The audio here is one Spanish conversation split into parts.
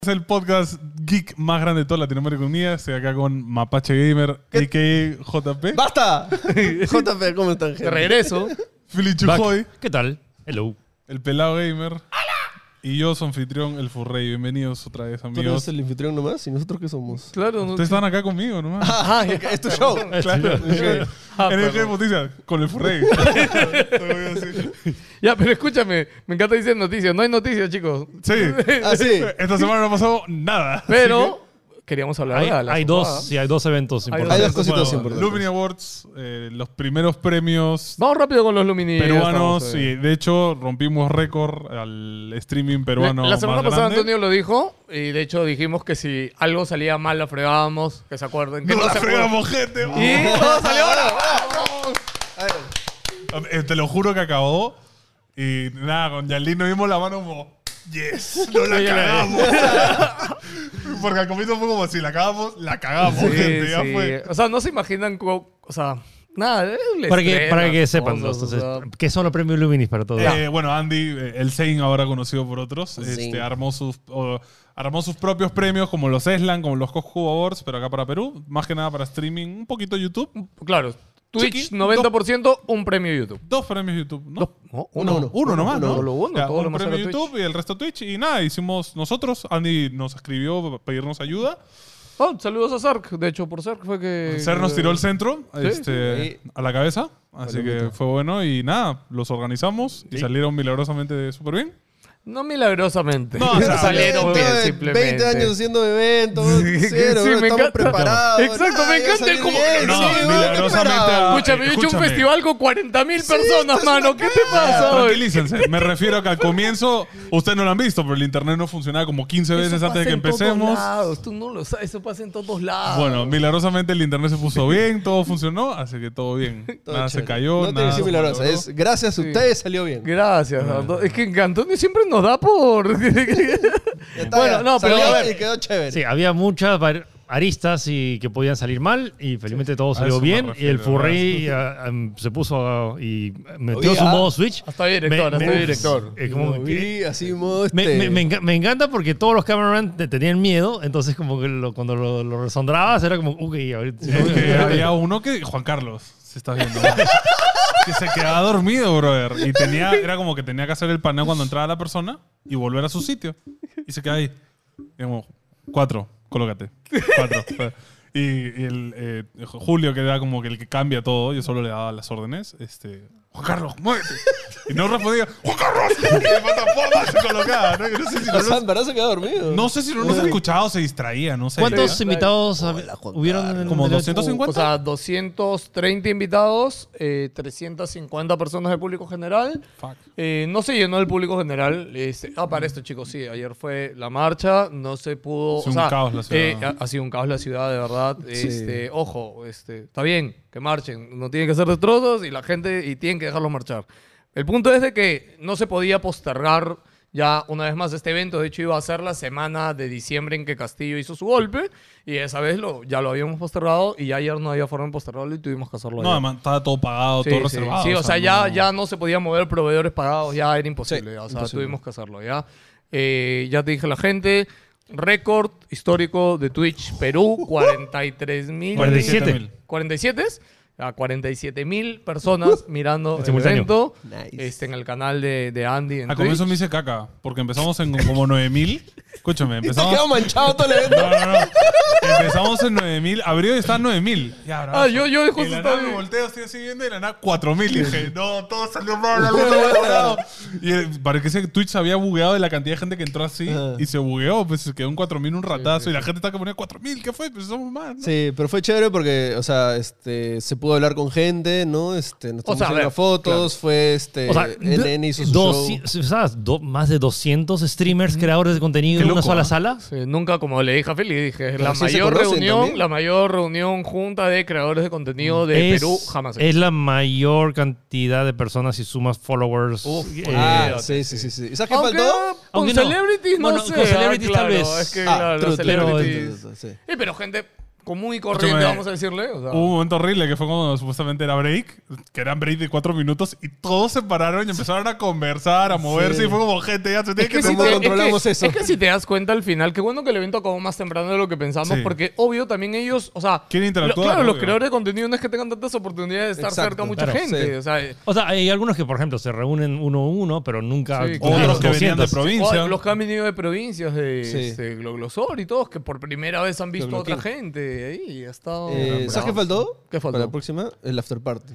Es el podcast geek más grande de toda Latinoamérica Unida. Estoy acá con Mapache Gamer, a.k.a. JP. ¡Basta! JP, ¿cómo están, gente? De regreso. Philly Chujoy, ¿Qué tal? Hello. el Pelado Gamer. ¡Hola! Y yo, su anfitrión, el Furrey. Bienvenidos otra vez, ¿Tú eres amigos. el anfitrión nomás? ¿Y nosotros qué somos? Claro. Ustedes están acá conmigo nomás. Ah, ok, es tu show. Claro. En el perdón. Noticias, con el Furrey. Ya, pero escúchame. Me encanta decir noticias. No hay noticias, chicos. Sí. Ah, sí. Esta semana no ha pasado nada. Pero queríamos hablar de la Hay jugada. dos eventos Hay importantes. Hay dos cositas Bueno, importantes. Lumini Awards, los primeros premios Vamos rápido con los Lumini. peruanos. Estamos, Y de hecho, rompimos récord al streaming peruano. La semana más pasada grande. Antonio lo dijo. Y de hecho dijimos que si algo salía mal la fregábamos. Que se acuerden. Que ¡No la se acuerden. fregamos, gente! Y todo salió ahora. A ver, Te lo juro que acabó. Y nada, con Yalín nos dimos la mano como... ¡Yes! ¡No la cagamos! Porque al comienzo fue como si la cagamos, Sí, gente. Ya sí. fue. O sea, no se imaginan. O sea, nada. Para que sepan, entonces, ¿qué son los premios Luminis para todos? Bueno, Andy, el Zane, ahora conocido por otros, Zane. armó sus propios premios como los Eslan, como los Coscu Awards, pero acá para Perú. Más que nada para streaming, un poquito YouTube. Claro. Twitch, Chiqui, 90%, un premio YouTube. 2 premios YouTube, ¿no? Uno Nomás, ¿no? Solo uno, Ya, todo lo un demás premio era YouTube y el resto Twitch. Y nada, hicimos nosotros. Andy nos escribió para pedirnos ayuda. Oh, saludos a Sark. De hecho, por Sark fue que... Ser nos tiró el centro sí. a la cabeza. Así que fue bueno. Y nada, los organizamos y salieron milagrosamente súper bien. No milagrosamente. No, o sea, salieron bien, de simplemente. 20 años haciendo eventos, cero, sí, me estamos encanta. preparados. Exacto, me encanta el como... No, sí, milagrosamente. Escúchame, yo he hecho un Escúchame. festival con 40.000 personas, es mano. una ¿Qué te pasa hoy? Tranquilícense. Me refiero a que al comienzo, ustedes no lo han visto, pero el internet no funcionaba como 15 veces Eso antes de que pasa en todos empecemos. lados, tú no lo sabes, eso pasa en todos lados. Bueno, milagrosamente el internet se puso bien, todo funcionó, así que todo bien. Todo Nada se chévere. cayó, No tiene nada que ser se milagrosa, malogró. es gracias a ustedes salió bien. Gracias, Antonio. Es que Antonio siempre nos da por... Ya está, Bueno, ya. no, pero Salió a ver. y quedó chévere. Sí, había muchas aristas y que podían salir mal y felizmente todo A salió eso me bien. refiero, Y el Furry se puso y metió Oye, su modo Switch. Hasta director, hasta director. Como Lo que- vi así modo me encanta porque todos los cameraman te tenían miedo, entonces como que cuando lo resondrabas era como, ok, ahorita... Es que había uno que, Juan Carlos, se está viendo, que se quedaba dormido, brother. Y era como que tenía que hacer el paneo cuando entraba la persona y volver a su sitio. Y se queda ahí. Y como, 4, colócate. 4. Y el Julio, que era como que el que cambia todo, yo solo le daba las órdenes. Juan Carlos, muévete. Y no respondía, Juan Carlos. Y el pata, ¡pum! Se colocaba. ¿No? Que no sé si O sea, en verdad se quedó dormido. no sé si no nos escuchaba o se distraía, no sé. ¿Cuántos invitados Hola, Juan hubieron? Carlos. Como en el- 250. O sea, 230 invitados, 350 personas del público general. Fuck. No se llenó el público general. Para esto, chicos, sí. Ayer fue la marcha, no se pudo... Ha sido un caos la ciudad. Ha sido un caos la ciudad, de verdad. Sí. Ojo, está bien que marchen. No tienen que hacer destrozos y la gente... Y tienen que dejarlos marchar. El punto es de que no se podía postergar ya una vez más este evento. De hecho, iba a ser la semana de diciembre en que Castillo hizo su golpe. Y esa vez ya lo habíamos postergado. Y ya ayer no había forma de postergarlo y tuvimos que hacerlo No, ayer. además estaba todo pagado, Sí, todo sí. reservado. Sí, o sea, ya, no- ya no se podía mover proveedores pagados, ya era imposible. Sí, O sea, imposible. tuvimos que hacerlo, ¿ya? Ya te dije la gente, récord histórico de Twitch Perú, 43.000. 47. 47. A 47.000 personas mirando En el simultáneo. evento Nice. en el canal de Andy en Al Twitch. comienzo me hice caca, porque empezamos en como 9.000. Escúchame, Y se empezamos... quedó manchado todo el evento. No. Empezamos en 9.000, abrió y está en 9.000. Ya, bravo. Yo justo Y la estaba... nada me volteo, estoy así viendo y la nada 4.000. Y dije, no, todo salió mal, algo está bugueado. Y parece que Twitch se había bugueado de la cantidad de gente que entró así Ajá. y se bugueó, pues se quedó en 4.000 un ratazo y la gente está que ponía 4.000, ¿qué fue? Pues somos más, ¿no? Sí, pero fue chévere porque, o sea, se pudo hablar con gente, ¿no? Nos tomamos O sea, a ver, unas fotos, fue O sea, NN hizo su show. ¿sabes? Más de 200 streamers, creadores de contenido Qué en una loco, sola ¿eh? sala. Sí, nunca, como le dije a Feli, dije, Pero la sí se mayor conocen reunión, también. la mayor reunión junta de creadores de contenido de Perú jamás. Es la mayor cantidad de personas y sumas followers. Uf, Sí. ¿Y sabes qué Aunque faltó? con Aunque no. celebrities no Bueno, sé. con celebrities tal claro, vez. Es que, Ah, claro, true, los true, celebrities... true, sí. Pero gente, común y corriente, Escúchame, vamos a decirle. O sea, Hubo un momento horrible que fue cuando supuestamente era break, que eran break de 4 minutos y todos se pararon y empezaron a conversar, a moverse Sí. y fue como gente, ya se tiene es que que si ¿Cómo te- controlamos eso? Es que si te das cuenta al final, qué bueno que el evento acabó más temprano de lo que pensamos, Sí. porque obvio también ellos, o sea, Quieren interactuar, claro, los obvio. creadores de contenido no es que tengan tantas oportunidades de estar Exacto, cerca a mucha claro, gente. sí. O sea, O sea, hay algunos que, por ejemplo, se reúnen uno a uno, pero nunca... Sí, tienen Otros que venían de 200. provincia. los que han venido de provincias, de Sí. Gloglosor y todos, que por primera vez han visto a Glogloquín. otra gente ahí. Ha estado... ¿Sabes qué faltó? ¿Qué faltó? Para la próxima, el after party.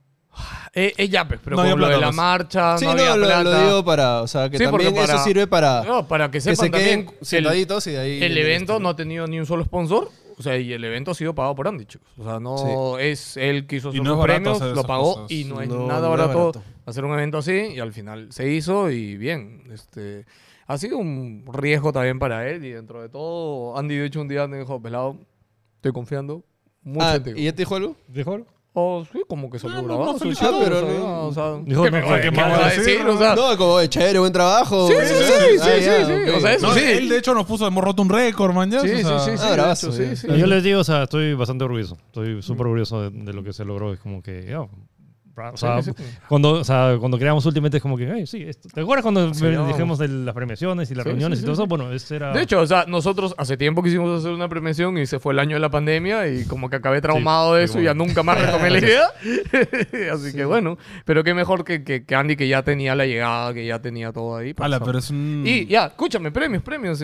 Ya, pues, pero No había con lo de la plata, pues. marcha, Sí, no no, había plata. lo digo para, o sea, que Sí, porque también eso para- sirve para No, para que que sepan se queden también, sentaditos y de ahí... el evento este, no ha tenido ni un solo sponsor. O sea, y el evento ha sido pagado por Andy, chicos. O sea, no es él que hizo Y sus no es barato premios, hacer lo esas pagó cosas. y no es No, nada no es barato, barato. hacer un evento así. Y al final se hizo y bien. Ha sido un riesgo también para él y dentro de todo, Andy de hecho un día me dijo, pelado, estoy confiando mucho Ah, en ti. ¿y ya te dijo algo? ¿Dijo? Oh, sí, como que se lo no, grababa. no su felicitó, show, pero o sea, no- o sea, Dijo, ¿qué no, me ¿qué ¿qué más me va va a a decir? decir? O sea, No, como chévere, buen trabajo. Sí, sí, sí, Ah, sí, ya, sí, ok. o sea, eso No, sí. él de hecho nos puso, hemos roto un récord, man. Ya, sí, o sí, sea, sí, sí, Ah, de bravazo, hecho, sí, ya. sí. Yo les digo, o sea, estoy bastante orgulloso. Estoy súper orgulloso de lo que se logró. Es como que, o sea, Sí, sí. cuando creamos Ultimate es como que, ay, sí, ¿te acuerdas cuando Sí, no. dijimos de las premiaciones y las Sí, reuniones sí, y todo sí, eso? Bueno, ese era... De hecho, o sea, nosotros hace tiempo quisimos hacer una premiación y se fue el año de la pandemia y como que acabé traumado de fue eso como- y ya nunca más retomé la idea. Así que bueno, pero qué mejor que Andy que ya tenía la llegada, que ya tenía todo ahí. para ala, hacer. pero es un... Y ya, escúchame, premios,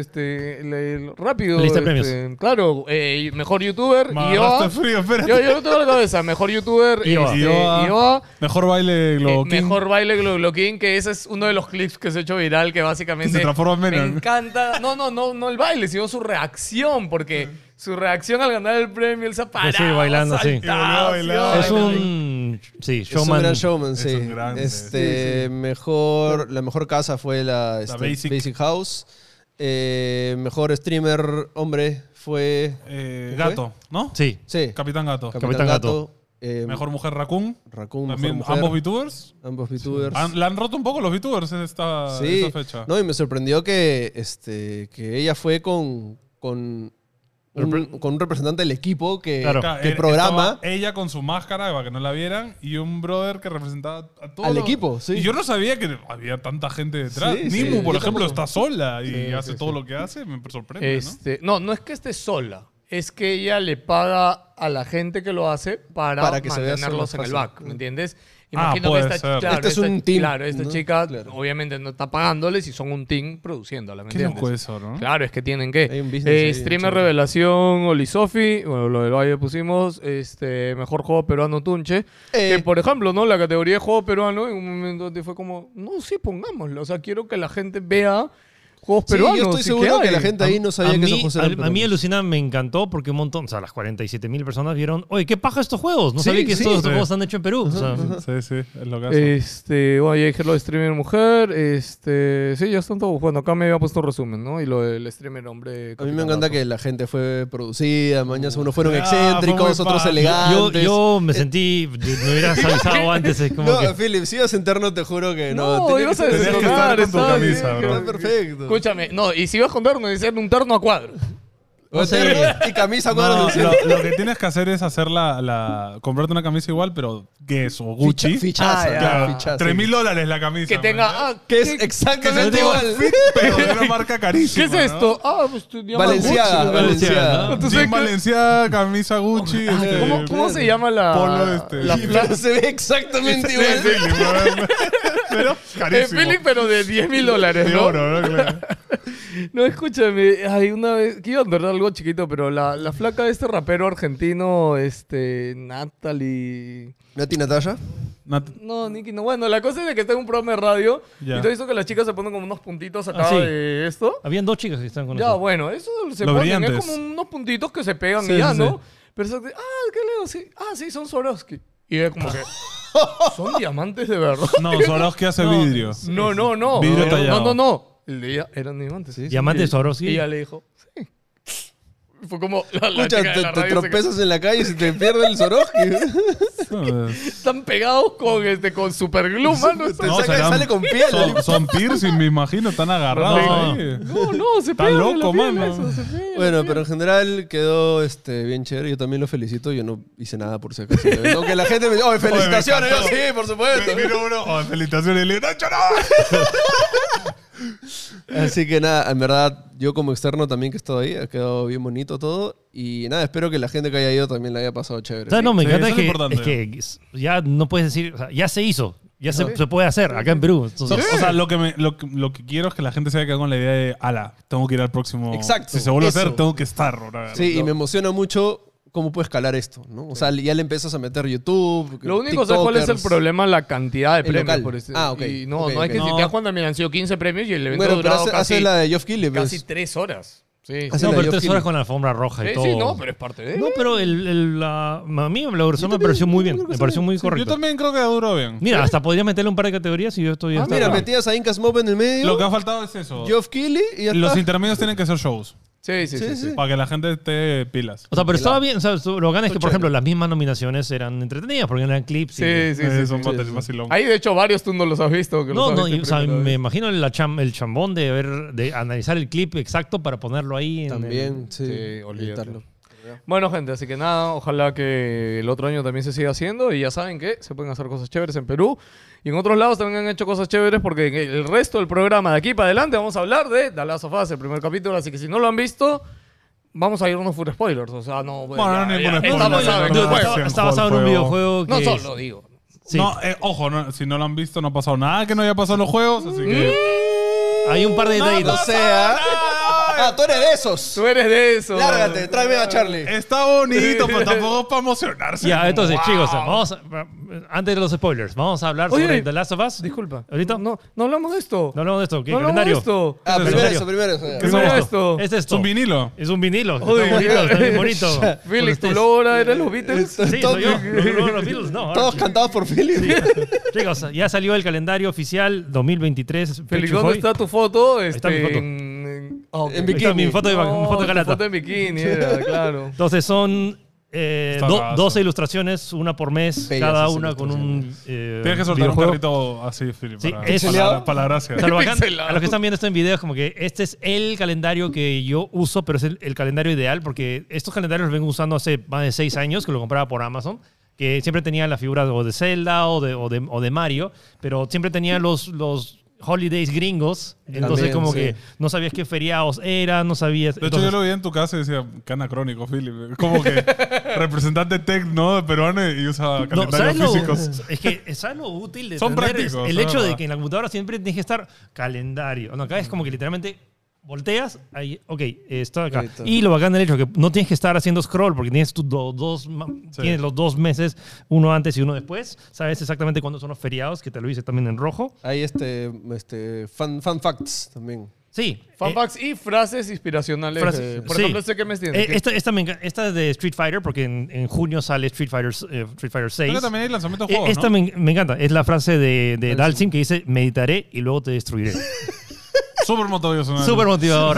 rápido. Lista de premios. Claro, mejor youtuber, Me Ioa. agarraste frío, espérate. Yo lo tengo en la cabeza, mejor youtuber, Ioa. Ioa. Mejor baile Globo King. mejor baile Globloquín, que ese es uno de los clips que se ha hecho viral, que básicamente Se transforma en me Venom. encanta. No el baile, sino su reacción, porque su reacción al ganar el premio, él se ha parado, Pues sí, bailando, sí. saltado, Y volvió a bailar. Es un... Sí, Es un showman. gran showman, Es sí. un grande. La mejor casa fue la Basic. House. Mejor streamer hombre fue... Gato, ¿no? Sí. Sí, Capitán Gato. Capitán Gato. Mejor mujer Raccoon. Raccoon, También mejor mujer. ambos VTubers. Ambos VTubers. La han roto un poco los VTubers en esta Sí, fecha. no, y me sorprendió que ella fue con un representante del equipo que, Claro. que programa Estaba ella con su máscara para que no la vieran y un brother que representaba a todo. al equipo, sí. Y yo no sabía que había tanta gente detrás. Sí, sí, Nimu, por yo ejemplo, tampoco. está sola y Sí, hace sí, todo sí. lo que hace. Me sorprende, No es que esté sola. Es que ella le paga a la gente que lo hace para que se vea mantenerlos más en el fácil. back, ¿me entiendes? Ah, Imagino que puede esta, ser. claro, Este es un team, Claro, esta ¿no? chica Claro. obviamente no está pagándoles y son un team produciéndola, ¿me Qué entiendes? loco eso, ¿no? Claro, es que tienen que. Hay un business ahí, Streamer chévere. Revelación, Oli Sofi, bueno, lo del Valle pusimos, mejor juego peruano Tunche. Que por ejemplo, ¿no? La categoría de juego peruano, en un momento donde fue como, no, sí, pongámoslo. O sea, quiero que la gente vea juegos Sí, peruanos. yo estoy ¿y seguro qué que la hay? gente ahí no sabía que esos juegos eran a mí peruanos. Alucina me encantó porque un montón, o sea, las 47.000 personas vieron, oye, ¿qué paja estos juegos? No Sí, sabía que sí. estos Sí. juegos están hechos en Perú. O sea, Sí, sí, es lo que hace. Bueno, ya dije lo de streamer mujer, sí, ya están todos. Bueno, acá me había puesto un resumen, ¿no? Y lo del streamer hombre. A mí me encanta que la gente fue producida, mañana unos fueron Ah, excéntricos, fue muy otros padre. elegantes. yo me sentí, me hubieras avisado antes, es como No, que... Philip, si ibas a interno, te juro que no. No, tenía ibas a ser- Tenías que desentonar, estar con tu estaba camisa, bien, bro. Está perfecto. Escúchame, no, y si ibas a contar, no decían un terno a cuadro. O sea, y camisa cuadros. No, lo que tienes que hacer es hacer comprarte una camisa igual, pero Guess o Gucci. Fichaza, Ah, ya. Claro, fichaza. $3.000 la camisa. Que tenga. man, Que es exactamente igual. pero de una marca ¿Qué carísima. es ¿no? esto? Ah, pues tú llamas Valenciaga, Gucci. Valenciaga. ¿no? Entonces, Jean Valenciaga, camisa Gucci. ¿Cómo se llama la. Polo, la Pero se ve exactamente Sí, igual. sí, man. Pero carísimo. Philip, pero de $10.000, De ¿no? oro, ¿no? Claro. No, escúchame, hay una vez, que iba a andar algo chiquito, pero la flaca de este rapero argentino, Natalie... Nati Natalia. No, Nicky, no. Bueno, la cosa es de que está en un programa de radio Ya. y tú has visto que las chicas se ponen como unos puntitos acá Ah, sí. de esto. Habían dos chicas que estaban con Ya, eso. bueno, eso se Los ponen, es brillantes. como unos puntitos que se pegan Sí, y ya, sí, ¿no? sí. Pero eso de, ¿qué leo? Sí. Sí, son Swarovski. Y es como que, ¿son diamantes de verdad? No, Swarovski hace vidrio. No. Vidrio Pero- tallado. No. El de ella eran diamantes. Diamantes Y Swarovski. ella le dijo, sí. Fue como la Escucha, chica de la te radio se tropezas en la calle y se te pierde el Soroji. Están pegados con superglue, mano. Te saca y sale con piel. Son piercing, me imagino, están agarrados No. ahí. No, se Está pega loco, la piel, mano. eso, se pega. Bueno, pero en general quedó bien chévere. Yo también lo felicito. Yo no hice nada por si acaso. Aunque la gente me dice, ¡oh, felicitaciones! encantó. Yo, sí, por supuesto. Me vino uno, oh, felicitaciones, y le digo, ¡no he hecho nada! Así que nada, en verdad, yo como externo también que he estado ahí, ha quedado bien bonito todo. Y nada, espero que la gente que haya ido también la haya pasado chévere. ¿Sabes? No, me Sí, encanta eso que, es importante. es que ya no puedes decir, o sea, ya se hizo, ya se puede hacer acá en Perú. Entonces, O sea, lo que quiero es que la gente se vaya quedando con la idea de, ala, tengo que ir al próximo. Exacto, Si se vuelve eso. a hacer, tengo que estar. ¿verdad? Sí, y me emociona mucho cómo puede escalar esto, ¿no? O sea, ya le empiezas a meter YouTube, Lo único, ¿sabes cuál es el TikTokers. problema? La cantidad de El premios. local. Por este. Ah, ok. Y no, Ok, no es que ok. si No. te das cuenta, mira, han sido 15 premios y el evento ha Bueno, pero durado hace casi, la de Geoff Keighley, pues. casi 3 horas. Sí, Hace no, la pero Geoff 3 horas Keighley. con la alfombra roja y todo. sí, no, pero es parte de. No, pero a mí la versión me pareció muy bien. Me pareció muy Yo correcto. también creo que duró bien. Mira, hasta podría meterle un par de categorías y yo estoy... hasta Mira, acá. metías a Incas Mob en el medio, Lo que ha faltado es eso. Geoff Keighley y ya Los está. intermedios tienen que ser shows. Sí. Para que la gente esté pilas. O sea, pero estaba bien. O sea, lo ganas es que, por Chévere. ejemplo, las mismas nominaciones eran entretenidas porque eran clips. Sí, y- sí, sí. Son sí. vacilón. Ahí, de hecho, varios tú no los has visto. Que No, los no, has y, visto o sea, primera me vez. imagino el chambón de analizar el clip exacto para ponerlo ahí. También, sí. Sí, olvídate. editarlo. Bueno, gente, así que nada, ojalá que el otro año también se siga haciendo y ya saben que se pueden hacer cosas chéveres en Perú y en otros lados también han hecho cosas chéveres porque en el resto del programa de aquí para adelante vamos a hablar de The Last of Us, el primer capítulo, así que si no lo han visto, vamos a irnos full spoilers, o sea, no... Bueno, no ningún está spoiler, basado en no, el no, juego. sí. Está basado en un juego. videojuego que No es- solo digo. sí. No, ojo, si no lo han visto, no ha pasado nada que no haya pasado en los juegos, así que... Hay un par de O detallitos. sea... Ah, tú eres de esos. Tú eres de eso. Lárgate, tráeme a Charlie. Está bonito, pero tampoco es para emocionarse. Ya, entonces, Wow. chicos, antes de los spoilers, vamos a hablar Oye, sobre The Last of Us. Disculpa. ¿Ahorita? No hablamos de esto. No hablamos de esto. ¿Qué No hablamos de calendario? esto. Ah, ¿Qué es primero eso? eso, primero eso. ¿Qué ya. es Mira esto? esto. Es Es esto. un vinilo. Es un vinilo. Uy, Está bonito, está bien bonito. Felix, ¿tu Ustedes- logo era de los Beatles? Sí, soy yo. No, los Beatles, no. Todos cantados por Philip. Sí. Chicos, ya salió el calendario oficial 2023. Félix, Fecha ¿dónde hoy. está tu foto? está mi foto. Ok. En Ahí está bikini. mi foto de, No, foto de tu Galata. foto en bikini era, claro. Entonces son Está bravazo. 12 ilustraciones, una por mes, Bellas cada esas una con un Tienes que soltar un videojuego. carrito así, Philip, Sí, para, es- para la gracia. O sea, lo bacán, Pixelado. a los que están viendo esto en video, es como que este es el calendario que yo uso, pero es el calendario ideal, porque estos calendarios los vengo usando hace más de 6 años, que lo compraba por Amazon, que siempre tenía la figura o de Zelda o de Mario, pero siempre tenía los holidays gringos, entonces También, como sí. que no sabías qué feriados eran, no sabías... De hecho, entonces- yo lo vi en tu casa y decía, qué anacrónico, Philip. Como que representante tech, ¿no? De peruano y usa No, calendarios ¿sabes lo, físicos. es que ¿sabes lo útil de Son tener prácticos, el es hecho de verdad. que en la computadora siempre tienes que estar calendario? No, acá es como que literalmente volteas, ahí, ok, está acá. Ahí está. Y lo bacán del hecho que no tienes que estar haciendo scroll porque tienes, tienes los 2 meses, uno antes y uno después. Sabes exactamente cuándo son los feriados, que te lo hice también en rojo. Hay fun facts también. Sí. Fun facts y frases inspiracionales. frases, Por sí. ejemplo, este que me entiendes. Esta es de Street Fighter porque en junio sale Street Fighter 6. Creo que también hay lanzamiento de juegos, Esta ¿no? me encanta. Es la frase de Dalsim que dice, meditaré y luego te destruiré. Súper motivador. Súper motivadora.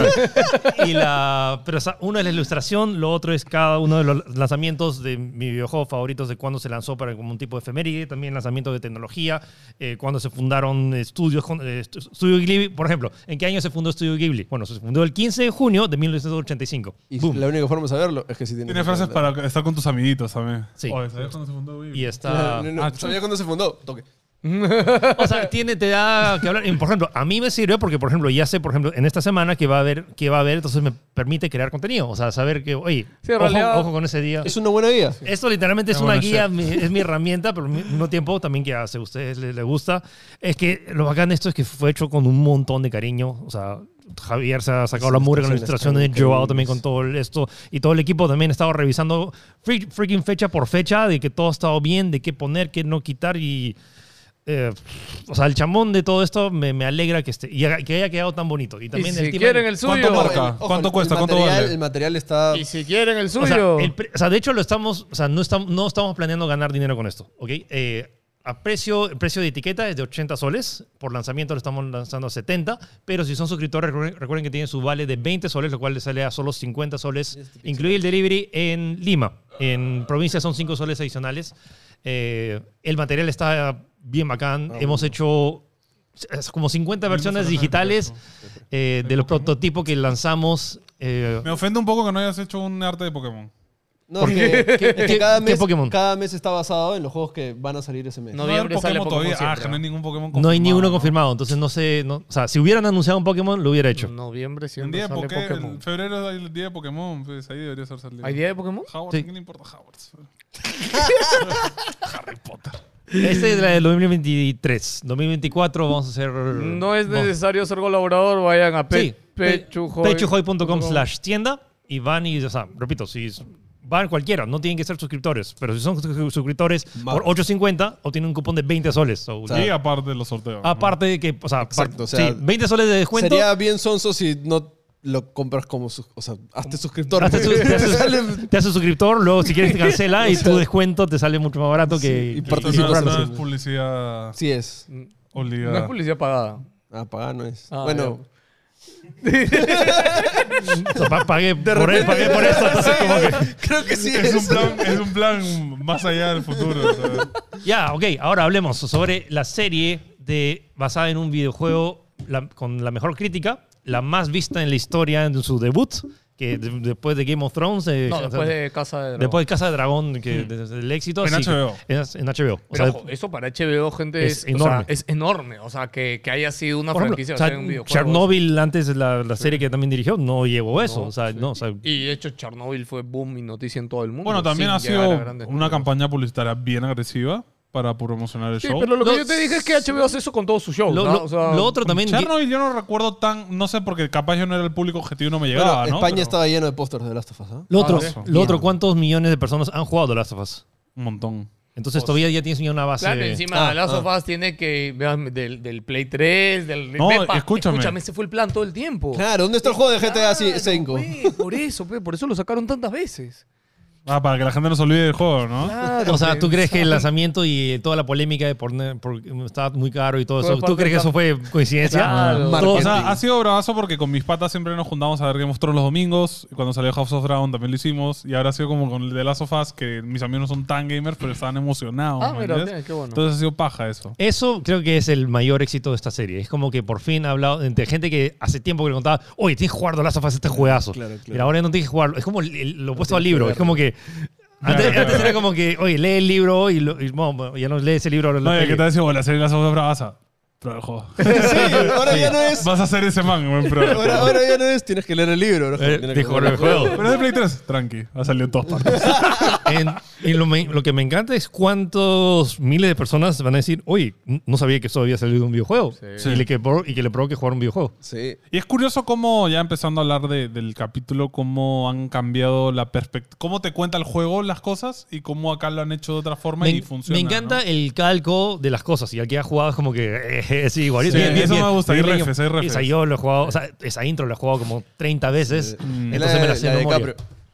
Pero uno es la ilustración, lo otro es cada uno de los lanzamientos de mi videojuego favoritos de cuando se lanzó para como un tipo de efeméride, también lanzamientos de tecnología, cuando se fundaron estudios. Studio Ghibli, por ejemplo, ¿en qué año se fundó Studio Ghibli? Bueno, se fundó el 15 de junio de 1985. Y Boom. la única forma de saberlo es que si tienes Tiene frases para estar con tus amiguitos también. Sí. Oye, ¿sabías cuándo se fundó Wii? Y está... ¿Sabía cuándo se fundó? Toque. O sea, te da que hablar. Y, por ejemplo, a mí me sirve porque, por ejemplo, ya sé, por ejemplo, en esta semana que va a haber, entonces me permite crear contenido. O sea, saber que, oye, Sí, en realidad- ojo con ese día. Es una buena guía. Esto literalmente es Qué una bueno, guía, chef. es mi herramienta, pero al mismo tiempo también que a ustedes les gusta. Es que lo bacán de esto es que fue hecho con un montón de cariño. O sea, Javier se ha sacado la mugre con la ilustración de Joao también con todo esto. Y todo el equipo también ha estado revisando freaking fecha por fecha de que todo ha estado bien, de qué poner, qué no quitar y... o sea, el chamón de todo esto me alegra que esté y que haya quedado tan bonito. Y también y el si tema- quieren el ¿Cuánto suyo. marca? ¿Cuánto cuesta? ¿Cuánto material, vale? El material está... Y si quieren el O sea, suyo. de hecho lo estamos, o sea, no estamos planeando ganar dinero con esto, ¿ok? el precio de etiqueta es de 80 soles. Por lanzamiento lo estamos lanzando a 70. Pero si son suscriptores, recuerden que tienen su vale de 20 soles, lo cual les sale a solo 50 soles. Incluye el delivery en Lima. En provincia son 5 soles adicionales. El material está bien bacán. Hemos hecho como 50 versiones digitales de los prototipos que lanzamos. Me ofende un poco que no hayas hecho un arte de Pokémon. No, ¿Por es que ¿Qué Pokémon? cada mes está basado en los juegos que van a salir ese mes. No, No hay Noviembre sale Pokémon Pokémon todavía. siempre, Que no hay ningún Pokémon confirmado. No hay ni uno confirmado, entonces no sé. O sea, si hubieran anunciado un Pokémon, lo hubiera hecho. Noviembre En siempre día de sale Pokémon. Pokémon. En febrero hay el día de Pokémon. Pues ahí debería ser salido. ¿Hay día de Pokémon? Howard, Sí. ¿a quién le importa Howard? Harry Potter. Este es la del 2023. 2024 vamos a hacer... No es necesario ser colaborador, vayan a Sí, pechujoy. pechujoy.com/tienda y van y, o sea, repito, si van cualquiera, no tienen que ser suscriptores, pero si son suscriptores por 8.50 obtienen un cupón de 20 soles. So, Y aparte de los sorteos. ¿no? aparte de que, o sea, Exacto, o sea, sí, 20 soles de descuento. Sería bien sonso si no lo compras como... o sea, hazte suscriptor. Te haces suscriptor, luego si quieres te cancela y tu descuento te sale mucho más barato que... y No, participas. no es publicidad Sí es. No obligada. es publicidad pagada. Pagar no es. Ah, bueno, O sea, pagué por esto, entonces como que... creo que sí Es un plan más allá del futuro. ¿sabes? Ya, ok, ahora hablemos sobre la serie basada en un videojuego con la mejor crítica, la más vista en la historia en su debut, que después de Game of Thrones... No, después de Casa de Dragón. Después de Casa de Dragón, que desde el éxito... En sí, HBO. En HBO. O Pero sea, ojo, eso para HBO, gente, es o sea, enorme. es enorme. O sea, que haya sido una por ejemplo, franquicia o sea, basada en un videojuego. Chernobyl, antes la serie que también dirigió, no llegó a eso. No, o sea, sí. no, o sea, Y de hecho, Chernobyl fue boom y noticia en todo el mundo. Bueno, también sin ha llegar a sido grandes una números. campaña publicitaria bien agresiva para promocionar el Sí, show. pero lo que Lo- yo te dije es que HBO hace eso con todos sus shows. lo, ¿no? lo- O sea, lo otro también... Chernobyl yo no recuerdo no sé porque capaz yo no era el público objetivo y no me llegaba, Bueno, ¿no? España Pero estaba lleno de pósters de Last of Us. ¿Ah? Lo otro, eso. ¿cuántos millones de personas han jugado The Last of Us? Un montón. Entonces todavía ya tienes una base... Claro, encima Last of ah. Us tiene que... vean, del Play 3, del... No, Pepa, escúchame. ese fue el plan todo el tiempo. Claro, ¿dónde está el juego de GTA Claro, 5? pe, por eso lo sacaron tantas veces. Ah, para que la gente no se olvide del juego, ¿no? Claro, O sea, pe, ¿tú crees que el ¿sabes? lanzamiento y toda la polémica de por estaba muy caro y todo Fue eso, parte ¿tú crees que del eso fue coincidencia? Claro. Todo- O sea, ha sido bravazo porque con mis patas siempre nos juntábamos a ver Game of Thrones los domingos. Y cuando salió House of Dragon también lo hicimos. Y ahora ha sido como con el de Last of Us, que mis amigos no son tan gamers, pero estaban emocionados. Ah, ¿me mira, entiendes? bien, qué bueno. Entonces ha sido paja eso. Eso creo que es el mayor éxito de esta serie. Es como que por fin ha hablado entre gente que hace tiempo que le contaba, oye, tienes que jugar The Last of Us, este juegazo. Claro. Y ahora no tienes que jugarlo. Es como lo opuesto al libro. que Es como que... Antes, Claro. antes era como que, oye, lee el libro y bueno, ya no lee ese libro. Ahora No, lo y lee. que te decía, bueno, la serie Last of Us bravaza. Pero el juego. Sí, ahora ya no es. Vas a ser ese man, buen pro. Ahora ya no es. Tienes que leer el libro. ¿no? Tienes que Dijo jugar el juego. Pero es de Play 3, tranqui. Ha salido en todas partes. Y lo que me encanta es cuántos miles de personas van a decir, oye, no sabía que eso había salido de un videojuego. Sí. Y que le provoque jugar un videojuego. Sí. Y es curioso cómo, ya empezando a hablar del capítulo, cómo han cambiado la perspectiva. Cómo te cuenta el juego las cosas y cómo acá lo han hecho de otra forma y funciona. Me encanta ¿no? el calco de las cosas. Y al que ha jugado es como que sí, igualito. Sí, eso me gusta. Hay refes, hay refes. Esa yo lo he jugado, o sea, esa intro la he jugado como 30 veces. Mm. Entonces me la sé de de memoria.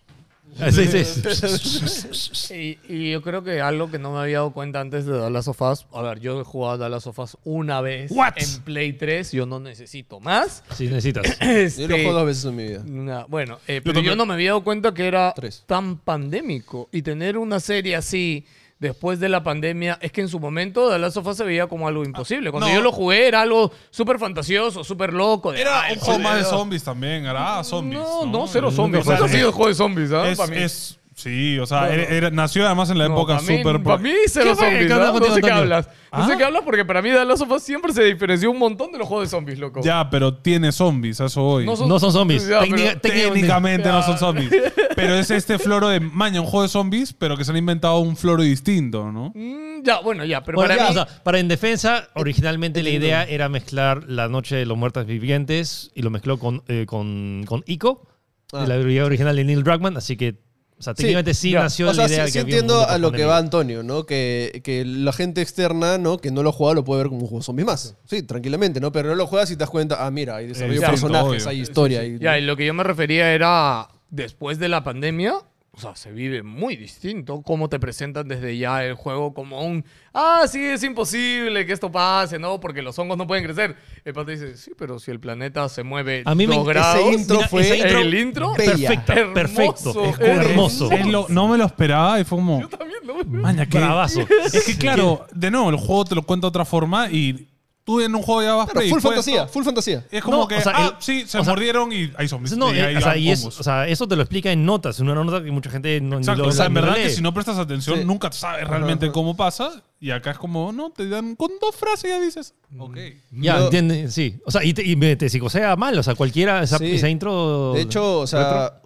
Sí. Y yo creo que algo que no me había dado cuenta antes de The Last of Us, a ver, yo he jugado The Last of Us una vez What? en Play 3, yo no necesito más. Sí, necesitas. Yo lo juego 2 veces en mi vida. Bueno, pero yo también. no me había dado cuenta que era 3. tan pandémico. Y tener una serie así después de la pandemia, es que en su momento The Last of Us se veía como algo imposible. Cuando no. yo lo jugué era algo súper fantasioso, súper loco. Era el un juego más de juego- zombies también. Era zombies. No, cero zombies. O sea, Eso ha sido el juego de zombies, ¿ah? Para mí. Sí, o sea, Bueno. nació además en la época súper... Para mí, cero ¿Qué fue? zombies. ¿Qué ¿ah? onda No contigo, sé qué Antonio? hablas. No ¿Ah? sé qué hablas porque para mí The Last of Us siempre se diferenció un montón de los juegos de zombies, loco. Ya, pero tiene zombies, a eso voy. No No son zombies. Ya, pero- Técnicamente no son Ya. zombies. Pero es este floro de maña, un juego de zombies, pero que se han inventado un floro distinto, ¿no? Ya, bueno, ya. Pero Bueno, para ya, mí... o sea, para En Defensa, originalmente la idea era mezclar La Noche de los Muertos Vivientes y lo mezcló con Ico, de la idea original de Neil Druckmann, así que, o sea, técnicamente sí ya. nació O sea, la idea sí, de sí que había un entiendo mundo a lo que post-pandémico. va Antonio, ¿no? Que la gente externa, ¿no? Que no lo juega lo puede ver como un juego de zombies más. Sí, tranquilamente, ¿no? Pero no lo juegas y te das cuenta, mira, hay desarrollo de Exacto, personajes, obvio. hay historia. y- Ya, y lo que yo me refería era después de la pandemia, o sea, se vive muy distinto cómo te presentan desde ya el juego como un, sí, es imposible que esto pase, ¿no? Porque los hongos no pueden crecer. El pata dice, sí, pero si el planeta se mueve A mí 2 grados. ese intro Mira, fue ese intro el intro bella. hermoso, Perfecto. Es hermoso. hermoso. No me lo esperaba y fue como... Yo también, ¿no? Maña, que... Bravazo. Es que claro, de nuevo, el juego te lo cuenta de otra forma y tú en un juego ya vas Claro, y full fue fantasía, esto. full fantasía. Es como No, que, o sea, sí, se o sea, mordieron y hay zombies. No, y hay o sea, hongos. o sea, eso te lo explica en notas, en una nota que mucha gente no Exacto, ni lo, o sea, en ni lo verdad lee. que si no prestas atención Sí. nunca sabes realmente Ajá. cómo pasa y acá es como, no, te dan con 2 frases y ya dices, ok. Ya, Yo- entiende, sí. O sea, y te psicosea mal, o sea, cualquiera, Sí. esa intro... De hecho, o sea,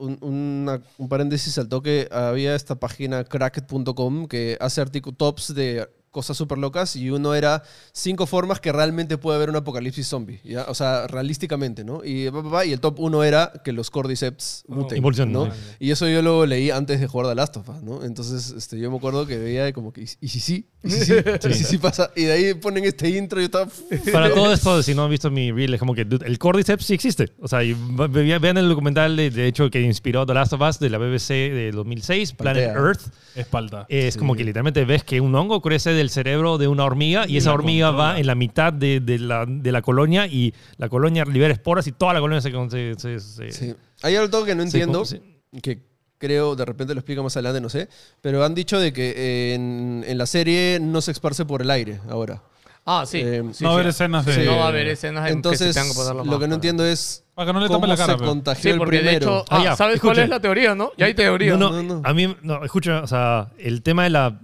un paréntesis al toque, había esta página cracked.com que hace tops de cosas súper locas y uno era 5 formas que realmente puede haber un apocalipsis zombie, ¿ya? O sea, realísticamente, ¿no? Y el top 1 era que los Cordyceps muten, Evolucionen, ¿no? ¿no? Y eso yo lo leí antes de jugar The Last of Us, ¿no? Entonces, yo me acuerdo que veía como que, ¿y si sí? ¿Y si sí? ¿Y si sí pasa? Y de ahí ponen este intro y yo estaba... Para todo esto, si no han visto mi reel, es como que dude, el Cordyceps sí existe. O sea, vean el documental, de hecho, que inspiró The Last of Us de la BBC de 2006, Planet Pantea. Earth. Espalda. Es como que literalmente ves que un hongo crece del cerebro de una hormiga y esa la hormiga controla. va en la mitad de la colonia y la colonia libera esporas y toda la colonia se Sí. Hay algo que no entiendo, sí. que creo, de repente lo explico más adelante, no sé, pero han dicho de que en la serie no se esparce por el aire ahora. Sí. Sí, no va a sí. haber escenas de... Sí. No va a haber escenas en que Entonces, se tengan que poner la lo que máscara. no entiendo es Para que no le cómo tape la cara. se pero. contagió Sí, el porque de primero. hecho, ya, ¿sabes cuál escucha. es la teoría, no? Ya hay teoría. no. A mí, no, escucha, o sea, el tema de la...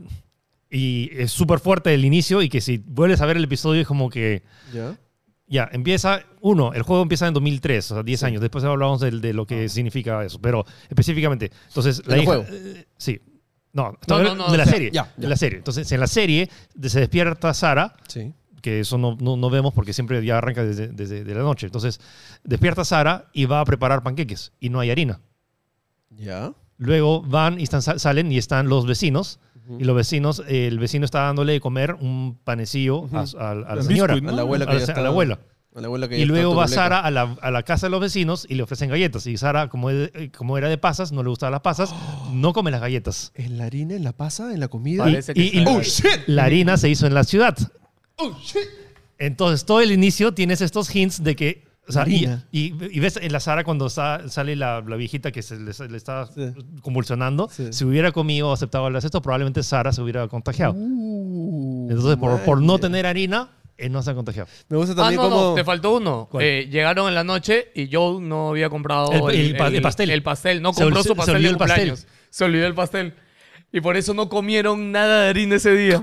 Y es súper fuerte el inicio y que si vuelves a ver el episodio es como que... ¿Ya? Ya, el juego empieza en 2003, o sea, 10 años. Después hablamos de lo que significa eso, pero específicamente. Entonces, la ¿En el hija... juego? Sí. No, No, de la o sea, serie. ya. De la serie. Entonces, en la serie se despierta Sara, Sí. que eso no vemos porque siempre ya arranca desde la noche. Entonces, despierta Sara y va a preparar panqueques y no hay harina. ¿Ya? Luego van y salen y están los vecinos. Y los vecinos, el vecino está dándole de comer un panecillo a la Un señora, biscuit, A la abuela que a ya la, está... a la abuela. A la abuela que Y ya luego está va turuleca. Sara a la casa de los vecinos y le ofrecen galletas. Y Sara, como era de pasas, no le gustaban las pasas, no come las galletas. ¿En la harina, en la pasa, en la comida? Parece que Y está- ¡Oh, shit! la harina se hizo en la ciudad. ¡Oh, shit! Entonces, todo el inicio tienes estos hints de que... O sea, Harina. y ves en la Sara cuando sale la viejita que le está Sí. convulsionando. Sí. Si hubiera comido o aceptado el esto, probablemente Sara se hubiera contagiado. Entonces, por no man. tener harina, no se ha contagiado. Me gusta también no, como... te faltó uno. ¿Cuál? Llegaron en la noche y Joe no había comprado El pastel. El pastel, no Se compró ol- su se pastel olvidó de el pastel. cumpleaños. Se olvidó el pastel. Y por eso no comieron nada de harina ese día.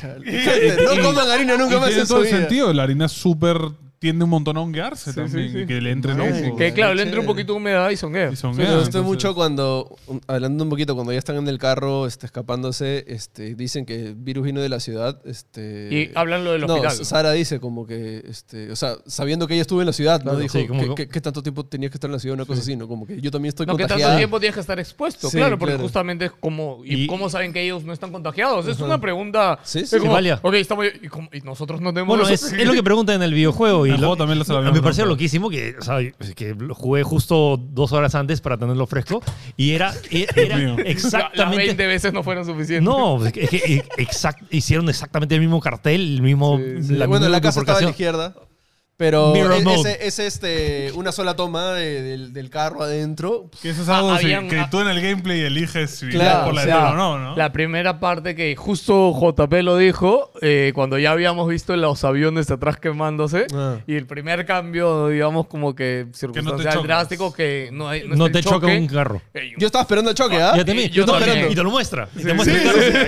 no coman harina nunca Y más tiene en su todo el vida. sentido. La harina es súper... Tiende un montón a honguearse también. sí. Y que le entre el Nice. hongo. Que claro, le chévere. entra un poquito de humedad y songuea. Y son Sí, me gustó mucho cuando, hablando un poquito, cuando ya están en el carro escapándose, dicen que el virus vino de la ciudad. Y hablan lo del No, hospital. Sara dice como que, o sea, sabiendo que ella estuvo en la ciudad, ¿no? Claro, Dijo, sí, como- ¿qué tanto tiempo tenías que estar en la ciudad? Una cosa así, ¿no? Como que yo también estoy No, que contagiada. tanto tiempo tienes que estar expuesto. Sí, claro, porque claro. justamente es como... ¿Y Y- cómo saben que ellos no están contagiados? Es una pregunta... Sí, es sí. como, Valia. ok, estamos... ¿Y nosotros no tenemos... Bueno, los- es lo que preguntan en el videojuego. Y El juego también lo sabíamos, me pareció ¿no? loquísimo que, o sea, que lo jugué justo 2 horas antes para tenerlo fresco. Y era mío. Las exactamente... 20 veces no fueron suficientes. No, es que hicieron exactamente el mismo cartel, el mismo... Bueno, misma la casa estaba a la bifurcación. izquierda. Pero Mirror mode. es una sola toma del carro adentro. Que eso es algo habían- que tú en el gameplay eliges si Claro, vienes por la O sea, idea o no, ¿no? La primera parte que justo JP lo dijo, cuando ya habíamos visto los aviones de atrás quemándose, Ah. y el primer cambio, digamos, como que circunstancial chocas. drástico, que no No esté te el choca choque. un carro. Yo estaba esperando el choque, ¿ah? Ya también, yo yo también. también. Y te lo muestra. Y te muestra el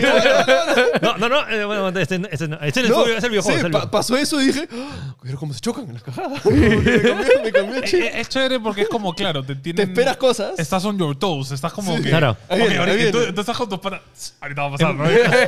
carro. No, bueno, este es el No, videojuego. Es el sí, videojuego. pasó eso y dije, ¡ah! Pero cómo se chocan en las cajadas. me cambió el chip. Es chévere porque es como, claro, te tienen... Te esperas cosas. Estás on your toes. Estás como que... Claro. Ahí Ok, viene, ahorita- ahí y tú viene. estás con tus panas. Ahorita va a pasar, ¿no?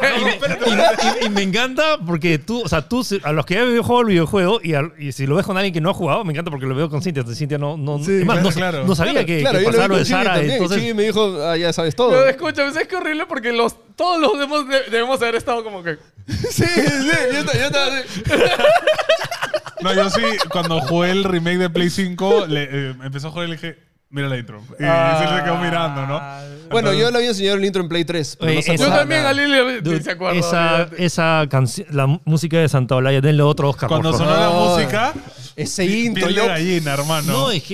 Y me encanta porque tú, a los que ya jugado el videojuego y si lo ves con alguien que no ha jugado, me encanta porque lo veo con Cintia. Entonces, Cintia Sí, es más, claro. no sabía que Claro, yo pasaba lo lo vi de con Chigi Sara. también. Entonces, Chigi me dijo, ya sabes todo. Pero escúchame, ¿sabes qué horrible? Porque todos los demás debemos haber estado como que... Sí, yo estaba así. No, yo sí, cuando jugué el remake de Play 5, empezó a jugar y le dije, mira la intro. Y se quedó mirando, ¿no? Bueno, yo le había enseñado el intro en Play 3. Pero Oye, no se Yo acordaba también nada. a Lili Dude, se acuerda. esa canción, la música de Santa Olaya, denle otro Oscar, Cuando por sonó favor. la No, música, Ese intro, piel de yo... gallina, hermano. No, es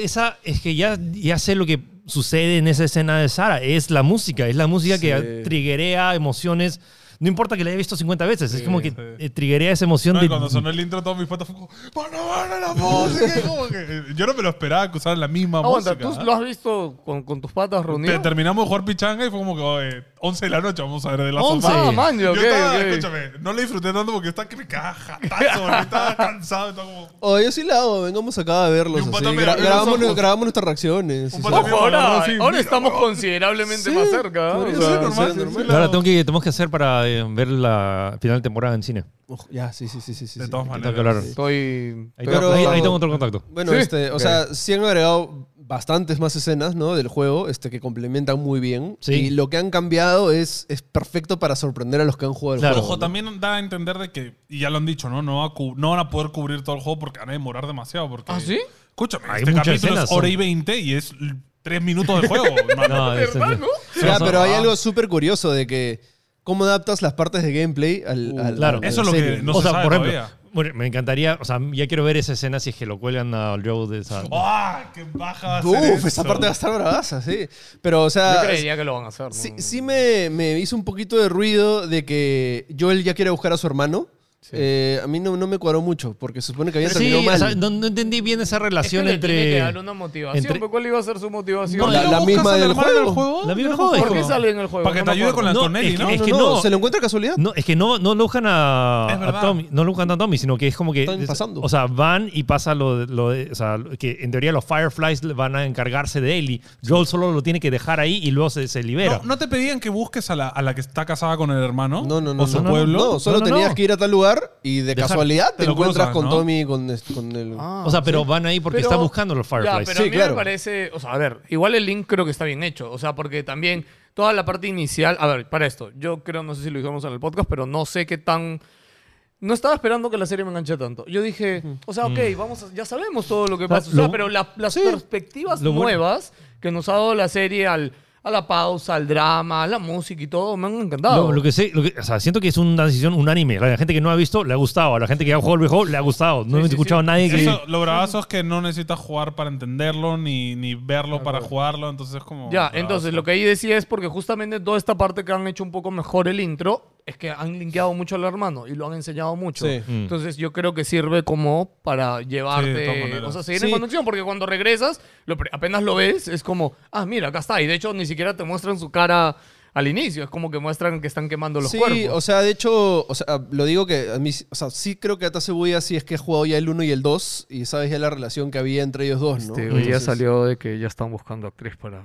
que ya sé lo que sucede en esa escena de Sara. Es la música Sí. que triggerea emociones. No importa que la haya visto 50 veces, es como que sí. triggerea esa emoción No, de... y cuando sonó el intro, todos mis patas fue como, ¡Bueno, la música! Como que, yo no me lo esperaba que usaran la misma Aguanta, música. ¿tú lo has visto con tus patas reunidas? Terminamos de jugar pichanga y fue como que, oye, 11 de la noche vamos a ver de la 11. sopa. Ah, man, Yo ok, estaba, ok. escúchame, no le disfruté tanto porque estaba que me cagaba jatazo, estaba cansado, estaba como... Oh, yo sí la hago. Vengamos acá a verlos. Y un así. pata me abrió los Grabamos, ojos. grabamos nuestras reacciones. Un sí, pata sí. me Ojo, agarró ahora, así, ahora mira, estamos bro. considerablemente Sí, más cerca. ¿no? podría O sea, ser normal, sí, sí, Ahora tenemos que hacer para ver la final de temporada en cine. Ojo, ya, sí. De todas Tengo que maneras. hablar. Estoy... Ahí, Pero- ahí tengo otro contacto. Bueno, Sí. o sea, sí han agregado bastantes más escenas, ¿no? Del juego, que complementan muy bien. Sí. Y lo que han cambiado es perfecto para sorprender a los que han jugado el Claro. juego. Ojo, ¿no? también da a entender de que, y ya lo han dicho, ¿no? No van a poder cubrir todo el juego porque van a demorar demasiado. Porque, ¿Ah, sí? Escúchame, Hay este muchas capítulo escenas, es hora y son- 20 y es 3 minutos de juego, hermano. No, es- ¿Verdad, no? Ya, pero hay Ah. algo súper curioso de que cómo adaptas las partes de gameplay al claro. a la Eso es lo que serie. no o se sea, sabe por ejemplo, todavía. bueno, me encantaría, o sea, ya quiero ver esa escena si es que lo cuelgan al Joe de esa... ¡Ah! ¡Qué baja va a ser Uf, eso! esa parte va a estar bravaza, sí. Pero, o sea, Yo creería que lo van a hacer. ¿no? sí me hizo un poquito de ruido de que Joel ya quiere buscar a su hermano. Sí. A mí no me cuadró mucho, porque se supone que había Sí, terminado mal. o sea, no entendí bien esa Es que relación le tiene que entre... dar una motivación. entre- ¿Pero ¿Cuál iba a ser su motivación? ¿No la- lo la buscas misma al del hermano juego. La misma del ¿Por juego. qué sale en el juego? Para que No te me ayude con acuerdo. la con Ellie, es ¿no? que- es No, ¿se lo encuentra casualidad? No, es que no lo buscan Es a verdad. Tommy, no lo buscan a Tommy, sino que es como que... Están pasando. O sea, van y pasa o sea, que en teoría los Fireflies van a encargarse de él y Joel solo lo tiene que dejar ahí y luego se libera. ¿No te pedían que busques a la que está casada con el hermano? No, ¿O su no, pueblo? No, solo No. tenías que ir a tal lugar y de Dejar- casualidad te te lo encuentras cruzas, con ¿no? Tommy con el... Ah, O sea, pero sí. van ahí porque Pero- está buscando los Ya, Fireflies. pero Sí, a mí claro. me parece, o sea, a ver, igual el link creo que está bien hecho, o sea, porque también toda la parte inicial, a ver, para esto, yo creo, no sé si lo dijimos en el podcast, pero no sé qué tan... No estaba esperando que la serie me enganche tanto. Yo dije, o sea, ok, ya sabemos todo lo que pasa, o sea, lo- pero las sí. perspectivas Lo bueno- nuevas que nos ha dado la serie a la pausa, al drama, a la música y todo, me han encantado. Lo que sé, o sea, siento que es una decisión unánime. A la gente que no ha visto le ha gustado, a la gente que ha jugado el juego le ha gustado. No he sí, escuchado sí. a nadie que... Eso, lo bravazo es que no necesitas jugar para entenderlo ni verlo para jugarlo, entonces es como... Ya, bravazo. entonces lo que ahí decía es porque justamente toda esta parte que han hecho un poco mejor el intro es que han linkeado mucho al hermano y lo han enseñado mucho. Sí. Entonces yo creo que sirve como para Sí, de llevarte, todas maneras. o sea, seguir Sí. en conexión, porque cuando regresas, apenas lo ves, es como, ah, mira, acá está. Y de hecho ni siquiera te muestran su cara al inicio, es como que muestran que están quemando los Sí, cuerpos. o sea, de hecho, o sea, lo digo que a mí, o sea, sí creo que Atasebuya sí es que he jugado ya el 1 y el 2 y sabes ya la relación que había entre ellos dos, ¿no? Hoy ya Entonces- salió de que ya están buscando actriz para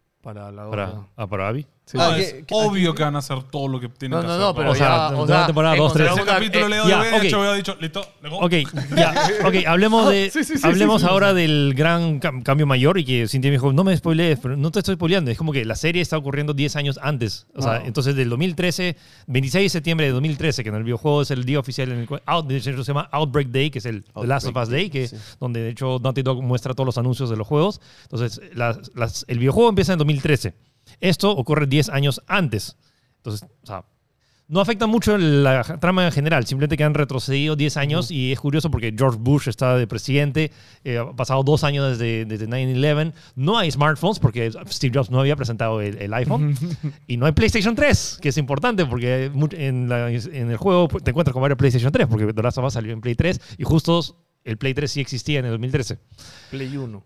la otra. Para Abby. Sí. No, Ah, es obvio que van a hacer todo lo que tienen No, que no, hacer. no, pero O sea, ya, de la temporada 2, 3. Ese encontraron capítulo Leo ya, de ok. HBO ha dicho, listo, le go. Ok, ya. Ok, hablemos Sí, sí, sí, hablemos sí, sí, ahora del gran cambio mayor y que Cintia me dijo, no me spoilees, pero no te estoy spoileando. Es como que la serie está ocurriendo 10 años antes. O sea, Wow. entonces del 2013, 26 de septiembre de 2013, que en el videojuego es el día oficial en el cual de hecho, se llama Outbreak Day, que es el The Last of Us Day, que, sí. donde de hecho Naughty Dog muestra todos los anuncios de los juegos. Entonces, el videojuego empieza en 2013. Esto ocurre 10 años antes. Entonces, o sea, no afecta mucho la trama en general, simplemente que han retrocedido 10 años y es curioso porque George Bush está de presidente, ha pasado 2 años desde 9/11, no hay smartphones porque Steve Jobs no había presentado el iPhone y no hay PlayStation 3, que es importante porque en el juego te encuentras con varios PlayStation 3 porque The Last of Us salió en Play 3 y justo el Play 3 sí existía en el 2013. Play 1.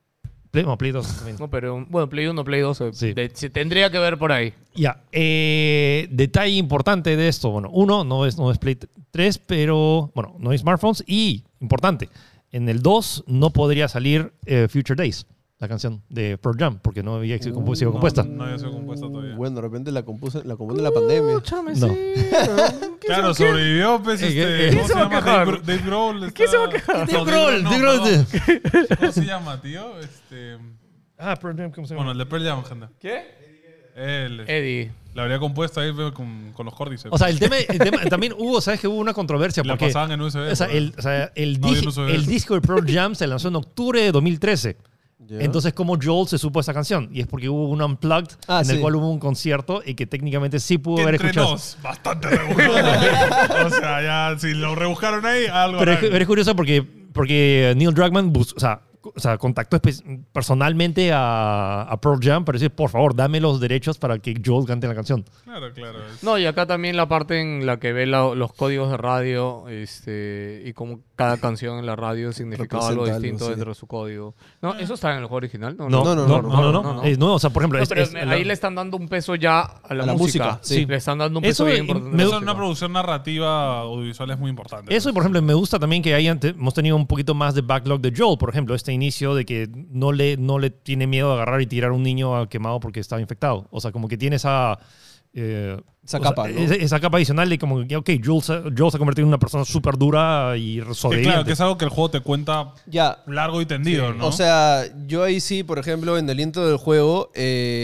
Play 2 también. No, pero bueno, Play 1, Play 2 Sí. se tendría que ver por ahí. Ya, detalle importante de esto. Bueno, uno, no es Play 3, pero, bueno, no hay smartphones. Y, importante, en el 2 no podría salir Future Days, la canción de Pearl Jam, porque no había sido compuesta. No había sido compuesta todavía. Bueno, de repente la compone en la pandemia. No. Claro, sobrevivió, pues, ¿Qué ¿cómo se se va a llama? quejar? Dave Grohl. ¿Qué se va a quejar? No, Dave no, Grohl. perdón. ¿Cómo se llama, tío? Pearl Jam, ¿cómo se llama? Bueno, el de Pearl Jam, gente. ¿Qué? Él Eddie. la habría compuesto ahí pero con los Cordyceps. O sea, el tema también hubo, ¿sabes que hubo una controversia? la Porque, pasaban en USB. o sea, pues. el No había un USB. el disco de Pearl Jam se lanzó en octubre de 2013. Ya. Entonces, ¿cómo Joel se supo esa canción? Y es porque hubo un Unplugged en el sí. cual hubo un concierto y que técnicamente sí pudo Que haber entre escuchado. nos, bastante rebuscado. O sea, ya si lo rebuscaron ahí, algo Pero harán. es curioso porque Neil Druckmann o sea, contactó personalmente a Pearl Jam para decir, por favor, dame los derechos para que Joel cante la canción. Claro, claro. No, y acá también la parte en la que ve los códigos de radio y cómo cada canción en la radio significaba algo Representa algo, distinto sí. dentro de su código. No, ¿eso está en el juego original? No, no, no. Es nuevo, o sea, por ejemplo, No, pero ahí le están dando un peso ya a la música. sí. Le están dando un Eso peso bien y importante. me a la Eso en una música. producción narrativa audiovisual es muy importante. eso, y por ejemplo, me gusta también que hemos tenido un poquito más de backlog de Joel, por ejemplo, este inicio de que no le tiene miedo de agarrar y tirar a un niño quemado porque estaba infectado. O sea, como que tiene esa... Esa capa, ¿no? Esa capa adicional de como que, ok, Joel se ha convertido en una persona súper dura y Que sobreviviente. claro, que es algo que el juego te cuenta Ya. largo y tendido, ¿no? O sea, yo ahí sí, por ejemplo, en el intro del juego,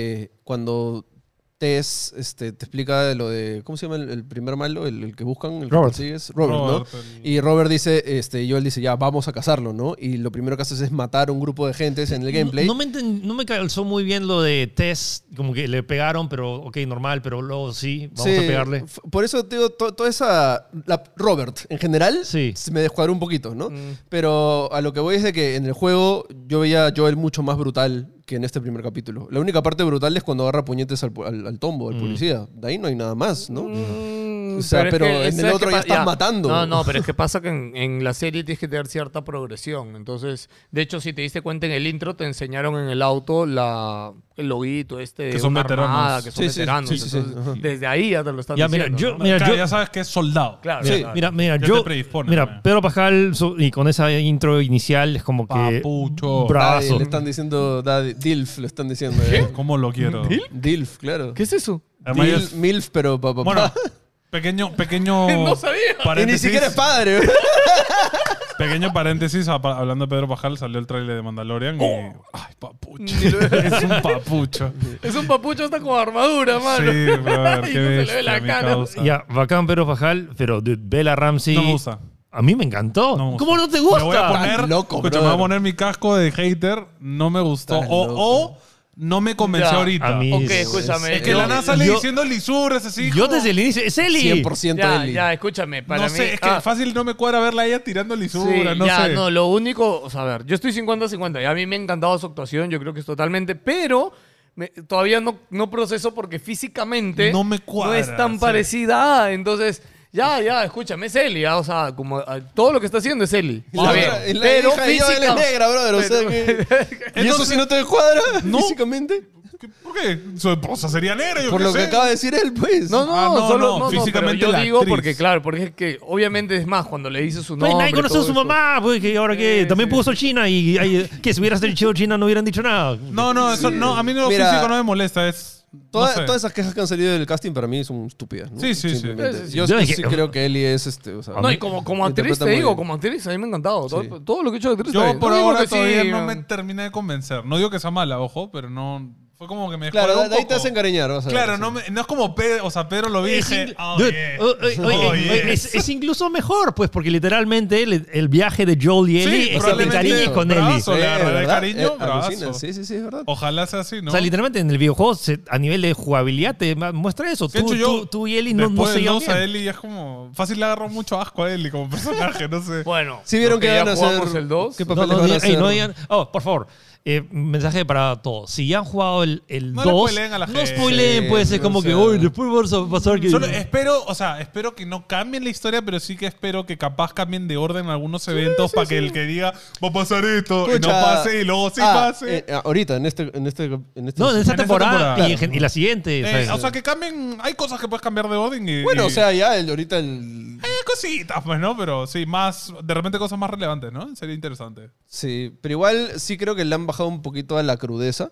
cuando Tess te explica de lo de... ¿Cómo se llama el primer malo? El que buscan, el que Robert. persigues. Robert, ¿no? Y Robert dice, Joel dice, ya, vamos a cazarlo, ¿no? Y lo primero que haces es matar a un grupo de gentes en el gameplay. No me calzó muy bien lo de Tess, como que le pegaron, pero ok, normal, pero luego sí, vamos a pegarle. Por eso te digo, toda esa... Robert, en general, Sí. se me descuadró un poquito, ¿no? Pero a lo que voy es de que en el juego yo veía a Joel mucho más brutal que en este primer capítulo. La única parte brutal es cuando agarra puñetes al tombo, al policía. De ahí no hay nada más, ¿no? O sea, es pero que en el ¿sabes otro qué ya pa- estás matando. No, pero es que pasa que en la serie tienes que tener cierta progresión. Entonces, de hecho, si te diste cuenta en el intro, te enseñaron en el auto el loguito de Que son una veteranos. armada, que son Sí, sí, veteranos. sí, sí, sí. Entonces, Ajá. desde ahí ya te lo están Ya, mira, diciendo. ¿no? Claro, ya sabes que es soldado. Claro, Sí. claro. Mira, Ya yo, te predispone mira, también. Pedro Pascal y con esa intro inicial es como que Papucho. Daddy, bravazo. le están diciendo Daddy, Dilf, le están diciendo. ¿Cómo lo quiero? Dilf, claro. ¿Qué es eso? Además, es- Milf, pero papá. bueno, pequeño No sabía. Y ni paréntesis. siquiera es padre. Pequeño paréntesis, hablando de Pedro Pascal, salió el tráiler de Mandalorian y... ¡Ay, papucho! es un papucho. Es un papucho hasta con armadura, mano. Sí, brother, Y qué no se le ve bestia, la mi cara. causa. Ya, bacán Pedro Pascal, pero de Bella Ramsey... No me gusta. A mí me encantó. No me gusta. ¿Cómo no te Me voy a gusta? poner, Tan loco, escucha, me voy a brother. poner mi casco de hater. No me gustó. Tan O no me convenció Ya, ahorita. a mí- Ok, escúchame. Es que Yo- la NASA sale yo- diciendo lisuras así. Yo como- desde el inicio... ¡Es Eli! 100% Ya, Eli. ya, escúchame. Para No mí, sé, es que fácil no me cuadra verla a ella tirando sí, lisuras, no ya, sé. no, lo único, o sea, a ver, yo estoy 50-50 y a mí me ha encantado su actuación, yo creo que es totalmente, pero todavía no proceso porque físicamente No me cuadra, es tan sí. parecida, entonces... Ya, escúchame, es Eli, o sea, como todo lo que está haciendo es Eli. La Está bien, otra- la pero hija de Joel es negra, brother. O sea que... ¿Y eso si no te cuadra No. físicamente? ¿Por qué? Su esposa sería negra, yo Por qué lo que sé. acaba de decir él, pues. No, no, solo no, físicamente pero yo la digo actriz. porque, claro, porque es que obviamente es más, cuando le dice su Pues nombre... nadie conoció a su todo esto. mamá, pues que ahora que también puso China y que si hubieras dicho China no hubieran dicho nada. No, eso no, a mí lo Mira, físico no me molesta, es... no sé. Todas esas quejas que han salido del casting para mí son estúpidas, ¿no? Sí, sí, sí. Simplemente. Sí, sí, Yo sí. sí creo que Ellie es o sea, No, y como actriz, interpreta te muy digo, bien. como actriz, a mí me ha encantado. Sí. Todo lo que he hecho de actriz está Yo bien. por No digo ahora que sí, todavía no me terminé de convencer. No digo que sea mala, ojo, pero no... Fue como que me Claro, descuadró un de ahí te poco. hacen encariñar, vas a ver, Claro, sí. no es como Pedro, o sea, Pedro lo vi y dije, oh, Dude, yeah. oye, Oh, yes. es incluso mejor, pues, porque literalmente el viaje de Joel y Ellie Sí, es que te probablemente. encariñes con Ellie. Bravazo, le agarré ¿verdad? cariño, bravazo. alucina. Sí, es verdad. Ojalá sea así, ¿no? O sea, literalmente en el videojuego, a nivel de jugabilidad, te muestra eso. De hecho, yo, Tú y Ellie no después se del llevan 2 a bien. Ellie es como... Fácil le agarro mucho asco a Ellie como personaje, no sé. Bueno, Sí vieron los que ya van a jugamos hacer- el 2. ¿Qué No, papeles no, van a ey, hacer? no digan... Oh, por favor. Mensaje para todos. Si ya han jugado el No le 2, spoileen a la no gente. spoileen, pues es como o que, sea, hoy después vamos a pasar que... Solo espero que no cambien la historia, pero sí que espero que capaz cambien de orden algunos eventos para que el que diga va a pasar esto y no Escucha, pase y luego sí pase. Ahorita, en esta No, en esta esta temporada, temporada. y la siguiente. ¿sabes? O sea, que cambien. Hay cosas que puedes cambiar de orden y. Bueno, y- o sea, ya ahorita el... Hay cositas, pues, ¿no? Pero sí, más. De repente cosas más relevantes, ¿no? Sería interesante. Sí, pero igual sí creo que le han bajado un poquito a la crudeza.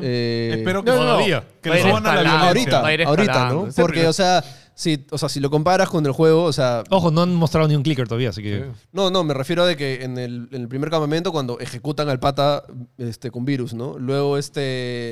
Espero que No, no, todavía. Que va a le ir suban a la escalando. violencia. Va a ir Ahorita, escalando. ¿no? Es el Porque, primer- o sea, si lo comparas con el juego, o sea... Ojo, no han mostrado ni un clicker todavía, así que... No, me refiero a de que en el primer campamento, cuando ejecutan al pata con virus, ¿no? Luego,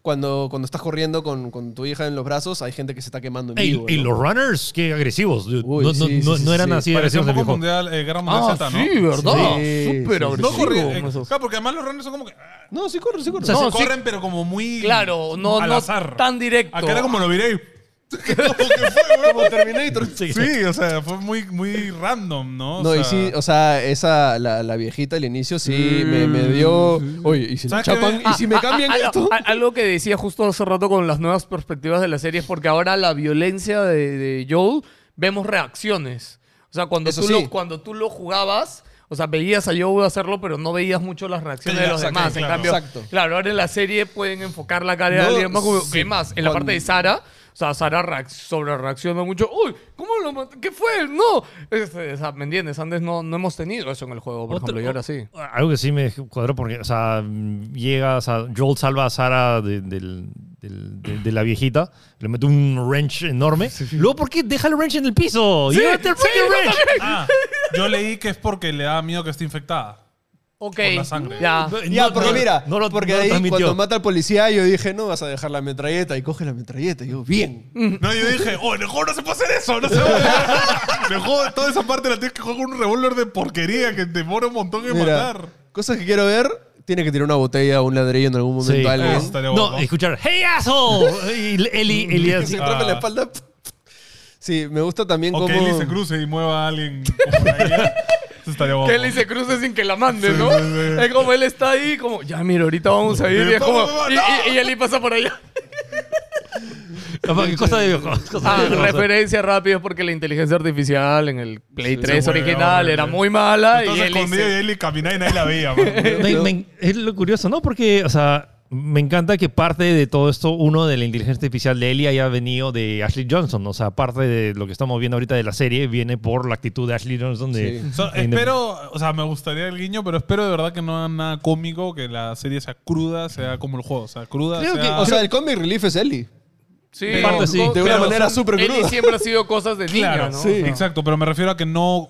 cuando estás corriendo con tu hija en los brazos, hay gente que se está quemando en Ey, vivo. y ¿no? los runners, qué agresivos. Dude. Uy, no, sí, sí, no eran sí. así de Parecía agresivos un en el poco videojuego. mundial, Guerra Mundial Z, ¿no? sí, ¿verdad? Sí, Súper sí, No agresivo. corren. esos. Claro, porque además los runners son como que. No, sí corre, sí corre. O sea, No, Se sí. corren, pero como muy. Claro, no, al no azar. tan directo. Acá era como lo viré. Como que fue, bro. Como Terminator. Sí, o sea, fue muy random, ¿no? O No, sea, y sí, o sea, la viejita al inicio sí me dio. Oye, ¿y si me ¿Sabes qué? chapan? ¿Y si me cambian esto? Algo que decía justo hace rato con las nuevas perspectivas de la serie es porque ahora la violencia de Joel vemos reacciones. O sea, cuando Eso tú, sí. cuando tú lo jugabas, o sea, veías a Joel hacerlo, pero no veías mucho las reacciones de los Exacto, demás. claro. En cambio, Exacto. claro, ahora en la serie pueden enfocar la cara de No, alguien más. sí. Que más, en la parte de Sara, o sea, Sara sobre reacciona mucho. Uy, ¿cómo lo mató? ¿Qué fue? No. O sea, ¿me entiendes? Antes no hemos tenido eso en el juego, por ejemplo, y ahora sí. Algo que sí me cuadró porque, o sea, Joel salva a Sarah de la viejita, le mete un wrench enorme. Luego, ¿por qué deja el wrench en el piso? ¡Llévate el freaking wrench! Ah, yo leí que es porque le da miedo que esté infectada. Ok, Por la sangre. ya. Ya, porque mira, porque no lo ahí transmitió. cuando mata al policía yo dije, no, vas a dejar la metralleta y coge la metralleta. Y yo, bien. No, yo dije, oh, en el juego no se puede hacer eso, no se puede. En el juego toda esa parte la tienes que jugar con un revólver de porquería que te demora un montón en Mira, matar. cosas que quiero ver, tiene que tirar una botella o un ladrillo en algún momento Sí. a alguien. Eso estaría No, guapo. escuchar ¡Hey, asshole! Y Eli Que así. se atrape en la espalda. Sí, me gusta también O como... que Ellie se cruce y mueva a alguien como una guía. Eso estaría guapo. Que él se cruce sin que la mande, ¿no? sí, sí. Es como él está ahí, como, ya mira, ahorita vamos a ir. Y es como, No. y Eli pasa por allá. ¿Qué cosa de videojuegos? Referencia rápido es porque la inteligencia artificial en el Play Sí, 3 se mueve original horrible. era muy mala. Estás Y Eli escondido y se... Ellie caminaba y nadie la veía, man. Es lo curioso, ¿no? Porque, o sea, me encanta que parte de todo esto, uno de la inteligencia artificial de Ellie haya venido de Ashley Johnson. O sea, parte de lo que estamos viendo ahorita de la serie viene por la actitud de Ashley Johnson. De, Sí. Espero, o sea, me gustaría el guiño, pero espero de verdad que no hagan nada cómico, que la serie sea cruda, sea como el juego. O sea, cruda, Creo sea... que- O sea, el comic relief es Ellie. Sí, En parte sí. De una Pero manera son- súper Eli cruda. siempre ha sido cosas de niña, Claro, ¿no? sí. O sea, Exacto, pero me refiero a que no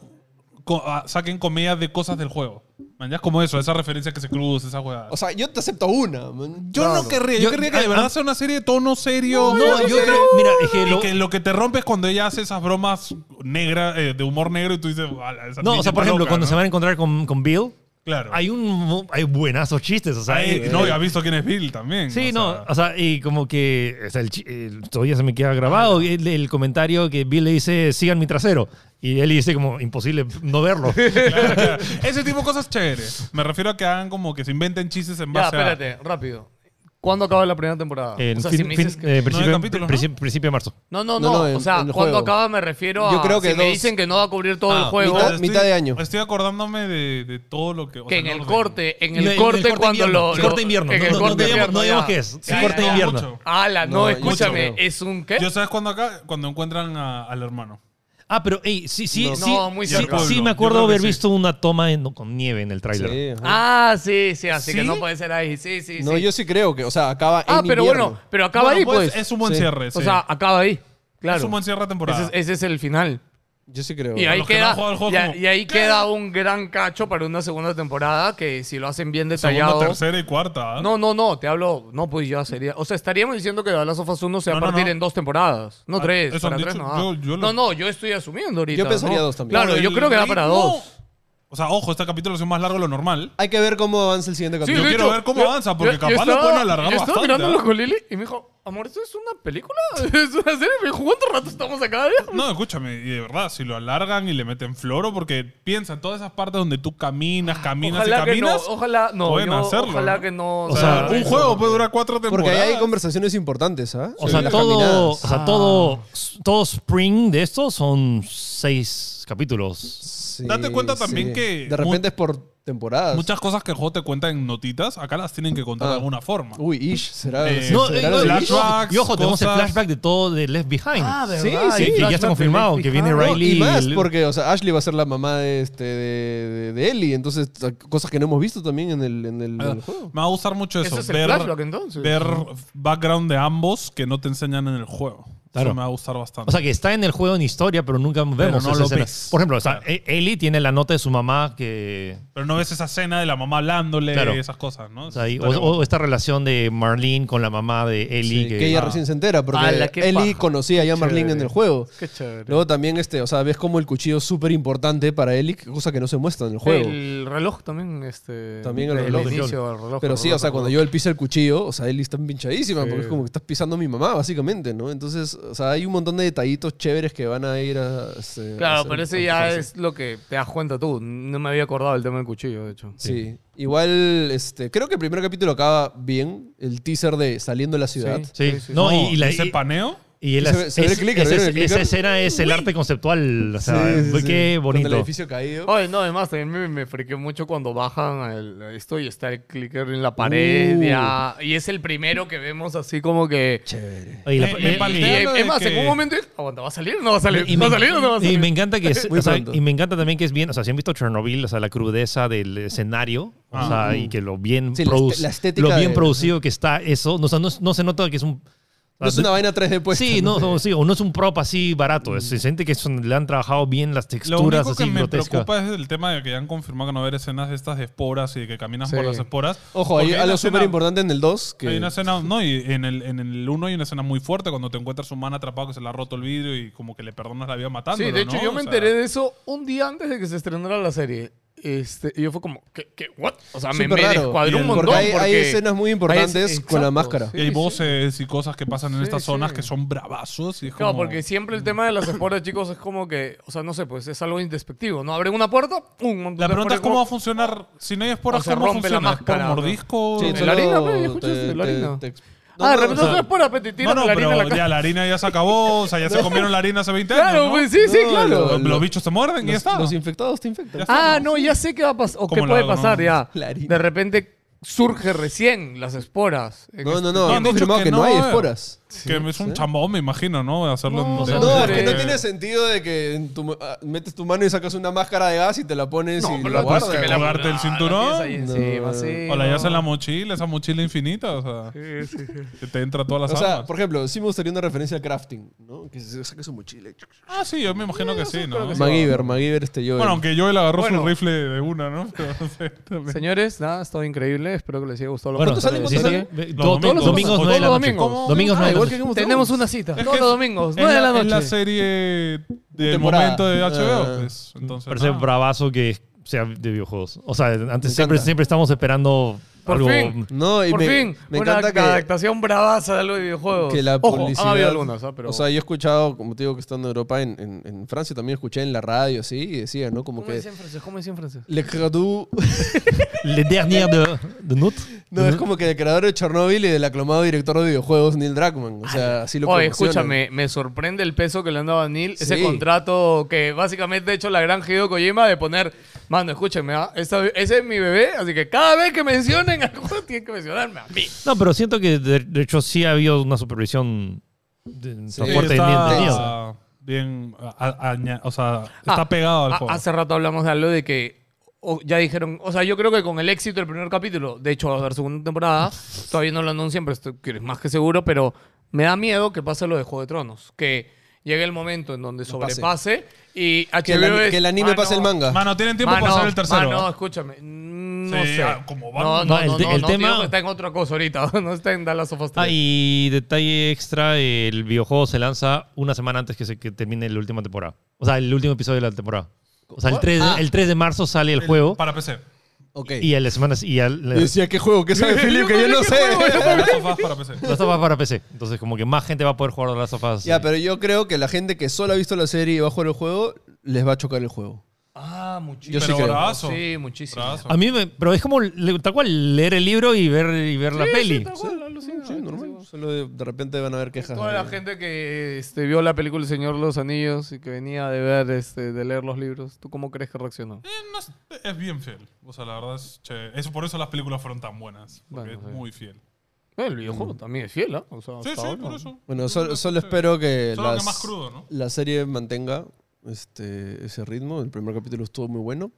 saquen comedias de cosas del juego. Man, ya es como eso, esa referencia que se cruza, esa juega. O sea, yo te acepto una. Man. Yo no querría, yo querría que de verdad sea una serie de tono serio. No, yo creo, mira, es que Y que lo que te rompe es cuando ella hace esas bromas negras, de humor negro, y tú dices, "Ala, esa No, niña o sea, por está ejemplo, loca", cuando ¿no? se van a encontrar con Bill, Claro. hay buenazos chistes, o sea, No, ya has visto quién es Bill también. sí, o no, sea. o sea, y como que o sea, todavía se me queda grabado el comentario que Bill le dice, sigan mi trasero, y él dice como, imposible no verlo. Claro, claro. Ese tipo de cosas chéveres. Me refiero a que hagan como que se inventen chistes en Ya, base a... espérate, rápido. ¿Cuándo acaba la primera temporada? En O sea, fin- si me dices fin- que... principio, capítulos, ¿no? principio de marzo. No, No, o sea, en el ¿cuándo juego. acaba? Me refiero a... Yo creo que si me dos- dicen que no va a cubrir todo el Ah, juego... mitad de año. Estoy acordándome de todo lo que... o Que sea, en no el lo sé. corte, en En el corte cuando invierno, lo... el corte invierno. En el No, corte digamos, invierno, digamos ya. qué es. Sí, El corte no, invierno. mucho. Ala, no, No, escúchame, mucho. ¿es un qué? ¿Yo sabes cuándo acá? Cuando encuentran al hermano. Ah, pero sí, sí, No. sí, No, muy sí, cerca. sí, me Yo acuerdo creo que haber sí. visto una toma con nieve en el tráiler. Sí, ajá. Sí, así ¿Sí? que no puede ser ahí. Sí, sí, No, sí. yo sí creo que, o sea, acaba en pero invierno. bueno, pero acaba Bueno, ahí, pues. Es un buen Sí. cierre, sí. O sea, acaba ahí. Claro. es un buen cierre de temporada. Ese es el final. Yo sí creo. Y ahí los que no queda, han jugado el juego y, como, y ahí ¿qué? queda un gran cacho para una segunda temporada que si lo hacen bien Segunda, detallado. tercera y cuarta. ¿eh? No, te hablo. No, pues ya sería. O sea, estaríamos diciendo que The Last of Us 1 se va a No, no, partir no. en 2 temporadas. No Ah, 3. eso han Para 3 dicho. no. Yo No, yo estoy asumiendo ahorita. Yo pensaría ¿no? 2 también. Claro, yo creo que da para 2. O sea, ojo, este capítulo es más largo de lo normal. Hay que ver cómo avanza el siguiente Sí, capítulo. yo de quiero hecho, ver cómo avanza, porque capaz lo estaba- pueden alargar Yo estaba bastante, mirándolo ¿ah? con Lili y me dijo, amor, ¿esto es una película? ¿Es una serie? Me dijo, ¿cuánto rato estamos acá? No, escúchame, y de verdad, si lo alargan y le meten floro, porque piensa, en todas esas partes donde tú caminas y Ojalá que no, caminas, ojalá no. pueden yo- hacerlo, ojalá ¿no? que no. O sea, un juego puede durar 4 temporadas. Porque ahí hay conversaciones importantes, ¿ah? O Sobre sea, las todo, caminadas. o sea, todo Spring de esto son 6 capítulos. Sí, Date cuenta también que De repente es por temporadas. muchas cosas que el juego te cuenta en notitas, acá las tienen que contar de Ah. alguna forma. Uy, Ish, será. No, será lo de Ish? flashbacks, y ojo, tenemos el cosas. flashback de todo de Left Behind. Sí, ¿verdad? sí, Hay que ya está flashback confirmado, de que viene Left No, Riley. y más, el- porque, o sea, Ashley va a ser la mamá de Ellie. Entonces, cosas que no hemos visto también en el juego. Me va a gustar mucho eso, Ese es el ver, flashback, entonces. ver background de ambos que no te enseñan en el juego. Claro. Eso me va a gustar bastante. O sea, que está en el juego en historia, pero nunca vemos no esa lo escena. ves. Por ejemplo, o sea, Claro. Ellie tiene la nota de su mamá que... Pero no ves esa escena de la mamá hablándole Claro. y esas cosas, ¿no? O, sea, Estaría o esta relación de Marlene con la mamá de Ellie. Sí, que ella recién se entera, porque ¡Hala, qué Ellie paja! conocía ya a Marlene Chévere. en el juego. Qué chévere. Luego también, o sea, ves como el cuchillo es súper importante para Ellie, cosa que no se muestra en el juego. El reloj también, También el del reloj. inicio, el reloj. Pero el sí, reloj, o sea, el cuando reloj. yo pisa el cuchillo, o sea, Ellie está pinchadísima, Sí. porque es como que estás pisando a mi mamá, básicamente, ¿no? Entonces, o sea, hay un montón de detallitos chéveres que van a ir a... Claro, hacer pero ese ya es lo que te das cuenta tú. No me había acordado del tema del cuchillo, de hecho. Sí. Igual, creo que el primer capítulo acaba bien, el teaser de saliendo de la ciudad. Sí. Sí, sí. No, ese paneo. y se ve el clicker, esa, ¿vieron el clicker? esa escena es el arte conceptual. O sea, qué Con bonito. el edificio caído. Oye, no, además también me friqué mucho cuando bajan esto y está el clicker en la pared ya, y es el primero que vemos así como que... Chévere. Oye, Me Y, paltea lo de es más, que- en un momento, aguanta, ¿va a salir o no va a salir? Y ¿Va a me, salir o no va a salir? y me encanta que es, Muy o sea, pronto. y me encanta también que es bien, o sea, si han visto Chernobyl, o sea, la crudeza del escenario, o sea, y que lo bien, Sí, la estética lo bien de- producido que está eso, o sea, no se nota que es un... No es una vaina 3D puesta. Sí, sí, o no es un prop así barato, se siente que le han trabajado bien las Lo texturas único que así me grotescas. preocupa es el tema de que ya han confirmado que no va a haber escenas de estas de esporas y de que caminas por Sí. las esporas. Ojo, hay Porque algo una súper escena- importante en el 2, que... Hay una escena, no, y en el 1 hay una escena muy fuerte cuando te encuentras un man atrapado que se le ha roto el vidrio y como que le perdonas la vida matándolo, Sí, de hecho ¿no? yo O me sea, enteré de eso un día antes de que se estrenara la serie. Y yo fue como, ¿qué? ¿What? O sea, me Súper raro. descuadró un montón. Porque hay escenas muy importantes hay- con la exacto, máscara. Y hay voces y cosas que pasan en Sí, estas sí. zonas que son bravazos. Y es Claro, como- porque siempre el tema de las esporas, chicos, es como que, o sea, no sé, pues es algo indespectivo, ¿no? Abren una puerta, un montón La de pregunta es cómo va a esporas. funcionar. Si no hay esporas, O se ¿cómo rompe la funciona? ¿Es máscara, ¿Por ¿no? mordisco? Sí, ¿De solo la harina, pe? te- ¿Escuchaste? ¿La harina? No, De no, repente o sea, es espora, pe, te tiran No, la harina en la pero cara. ya la harina ya se acabó. O sea, ya se comieron la harina hace 20 años, Claro, ¿no? pues sí, sí, No, claro. Los bichos te muerden y ya está. Los infectados te infectan. Ya está. Ah, no, ya sé qué va a pasar, o qué ¿Cómo puede la- pasar no? ya. La harina. De repente surge recién las esporas. No, no, No, no. han Han dicho confirmado que que no no, hay eh. esporas. Que es un chambón, me imagino, ¿no? Hacerlo No, en- o sea, No, es que no que- tiene sentido de que metes tu mano y sacas una máscara de gas y te la pones y pero la pues, guardas. que me la- colgarte el la cinturón. tienes ahí encima, No. sí, O la llevas no. en la mochila, esa mochila infinita, o sea, Sí, sí, sí. que te entra todas las O sea, armas. por ejemplo, sí me gustaría una referencia al crafting, ¿no? Que se saque su mochila. Ah, sí, yo me imagino que sí, ¿no? creo que sí. MacGyver yo. Bueno, aunque Joel agarró Bueno. su rifle de una, ¿no? Pero no sé, también. Señores, nada, ha estado increíble. Espero que les haya gustado. Bueno, ¿Cuánto sale? sí, ¿Cuánto sí, sale? sí. Los Todos los domingos, domingos, 9 de la todos noche. los domingos. Domingos 9 de la igual que noche. Game of Tenemos Thrones. una cita. Es Todos que los domingos, es 9 de la noche. Es la serie de Temporada. momento de HBO, Ah. pues. Entonces, Parece nada. bravazo que sea de videojuegos. O sea, antes Me encanta. siempre estamos esperando Por algo... fin. No, y Por fin, me una encanta que, adaptación bravaza de algo de videojuegos. que la Ojo, publicidad... han habido algunas, ¿ah? Pero... O sea, yo he escuchado, como te digo, que estando en Europa, en Francia también escuché en la radio, así, y decía, ¿no? Como ¿Cómo que... decía en francés? ¿Cómo decía en francés? Le Credu... Le dernier de Nut. No, es como que el creador de Chernobyl y del aclamado director de videojuegos, Neil Druckmann. O sea, así lo Oye, promocionan. escúchame, me sorprende el peso que le han dado a Neil. Ese Sí. contrato que básicamente ha hecho la gran Hideo Kojima de poner, mano, escúchame, ese es mi bebé, así que cada vez que mencionen al juego tienen que mencionarme a mí. No, pero siento que de hecho sí ha habido una supervisión tan Sí, fuerte de está Neil. bien, o sea, está pegado al juego. Hace rato hablamos de algo de que ya dijeron, o sea, yo creo que con el éxito del primer capítulo, de hecho va a haber segunda temporada, todavía no lo anuncian, pero estoy más que seguro, pero me da miedo que pase lo de Juego de Tronos, que llegue el momento en donde sobrepase y HBO es, que el anime pase el manga. Mano, tienen tiempo para hacer el tercero. No, escúchame. No Sí, sé. como van- No, el tema- tío, está en otra cosa ahorita. No está en Dallas of Us 3. Ah, y detalle extra, el videojuego se lanza una semana antes que termine la última temporada. O sea, el último episodio de la temporada. O sea, el 3 de marzo sale el juego Para PC. Ok. y a la semana... Y al, Y decía, ¿qué juego? ¿Qué sabe Philip? Que yo no sé. Last of Us para PC. Last of Us para PC. Entonces, como que más gente va a poder jugar a Last of Us. Ya, pero yo creo que la gente que solo ha visto la serie y va a jugar el juego, les va a chocar el juego. Ah, muchísimo. Yo sí Pero creo. bravazo. Sí, muchísimo. Bravazo. A mí pero es como tal cual leer el libro y ver la peli. Sí, tal cual, alucina. Sí, normal. Solo de repente van a ver quejas. Toda la gente que vio la película El Señor de los Anillos y que venía de ver, de leer los libros, ¿tú cómo crees que reaccionó? No es bien fiel. O sea, la verdad es chévere. Eso, por eso las películas fueron tan buenas. Porque Bueno, es sí. muy fiel. El videojuego también es fiel, ¿ah? O sea, Sí, hasta sí, ahora. por eso. Bueno, solo espero que, Solo que más crudo, ¿no? la serie mantenga ese ritmo. El primer capítulo estuvo muy bueno.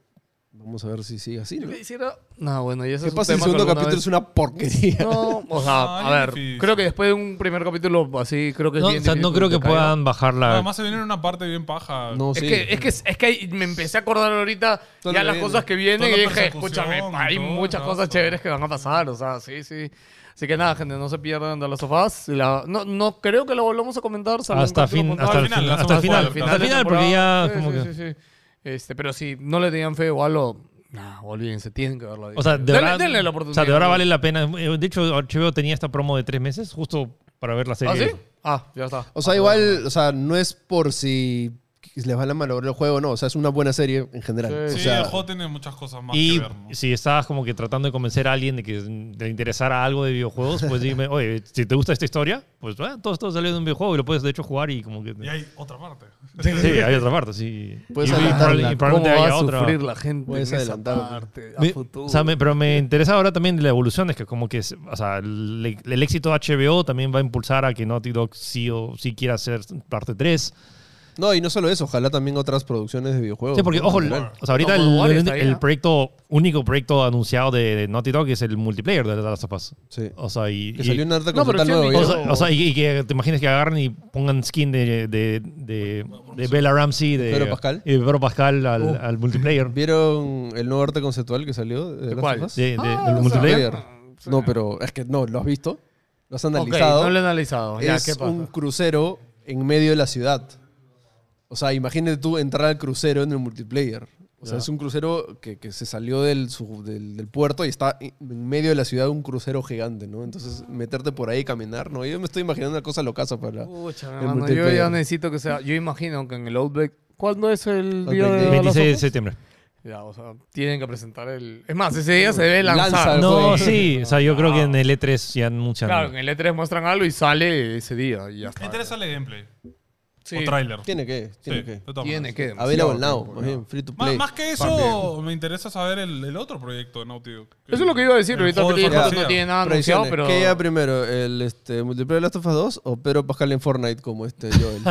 Vamos a ver si sigue así, Yo ¿no? quisiera... No, bueno, y eso ¿Qué es un pasa si el tema que segundo alguna capítulo vez- es una porquería? No, o sea, No, a es ver, difícil. creo que después de un primer capítulo así, creo que es No, bien o sea, no difícil creo que te caiga. puedan bajar la... Además se viene en una parte bien paja. No, Es sí. que ahí me empecé a acordar ahorita Todo ya lo que las viene. cosas que vienen Toda y la dije, persecución escúchame, y hay todo, muchas no, cosas no. chéveres que van a pasar, o sea, sí, sí. Así que nada, gente, no se pierdan de las sofás. No creo que lo volvamos a comentar. salvo un Hasta capítulo hasta el puntual. final, la hasta el semana final, después, hasta el final, porque ya como que... Sí. Pero si no le tenían fe o algo, nah, olvídense, tienen que verlo. O sea, de verdad, denle la o oportunidad. sea, de verdad vale la pena. De hecho, HBO tenía esta promo de 3 meses justo para ver la serie. ¿Ah, sí? Ah, ya está. O sea, igual, o sea, no es por si les van a malograr el juego, no. O sea, es una buena serie en general. Sí. O Sí, sea, el juego tiene muchas cosas más Y que ver, ¿no? si estabas como que tratando de convencer a alguien de que le interesara algo de videojuegos, pues dime, oye, si te gusta esta historia, pues todo esto salió de un videojuego y lo puedes de hecho jugar y como que... Y hay otra parte. Sí, hay otra parte, sí. Puedes y adelantarla. y ¿Cómo probablemente va haya a otra. sufrir la gente Puedes en esa adelantarlo. parte a Me- futuro? o sea, pero me interesa ahora también la evolución, es que como que o sea, el éxito de HBO también va a impulsar a que Naughty Dog sí quiera hacer parte 3. no, y no solo eso, ojalá también otras producciones de videojuegos. Sí, porque, ¿no? ojo, En general. o sea, ahorita No, God of War está ahí, el ¿no? único proyecto anunciado de Naughty Dog es el multiplayer de The Last of Us. Sí. O sea, Que salió una arte No, pero conceptual sí han nuevo. dicho- ¿ya? o sea, y que te imagines que agarren y pongan skin de Bella Ramsey, de Pedro Pascal. y de Pedro Pascal al multiplayer. ¿Vieron el nuevo arte conceptual que salió de Last cuál? of Us? Del o sea, multiplayer. sí. No, pero es que no, ¿lo has visto? ¿Lo has Ok, analizado? no lo he analizado. Ya, Es ¿qué pasa? un crucero en medio de la ciudad. O sea, imagínate tú entrar al crucero en el multiplayer. O sea, Ya. es un crucero que se salió del puerto y está en medio de la ciudad un crucero gigante, ¿no? Entonces, meterte por ahí y caminar, ¿no? Yo me estoy imaginando una cosa locaza para... Pucha, el hermano, yo multiplayer. ya necesito que sea. Yo imagino que en el Outbreak. ¿Cuándo es el Outbreak día de Day. The Last of 26 de Us? septiembre. Ya, o sea, tienen que presentar el. Es más, ese día se debe Lanza lanzar. el No, juego. sí. O sea, yo creo que en el E3 ya anuncian. Claro, en el E3 muestran algo y sale ese día y ya está. Me interesa el gameplay. Sí. O tráiler. Tiene que, Sí, tiene que. de todas Tiene maneras. que. Available demasiado now, tiempo, más bien, free to play. Más que eso, También. me interesa saber el otro proyecto de Naughty Dog. Eso es lo que iba a decir. El Ahorita juego que de dijo que fantasía. no tiene nada anunciado, Predicciones. pero. ¿Qué llega primero? ¿El multiplayer de Last of Us 2 o Pedro Pascal en Fortnite como Joel?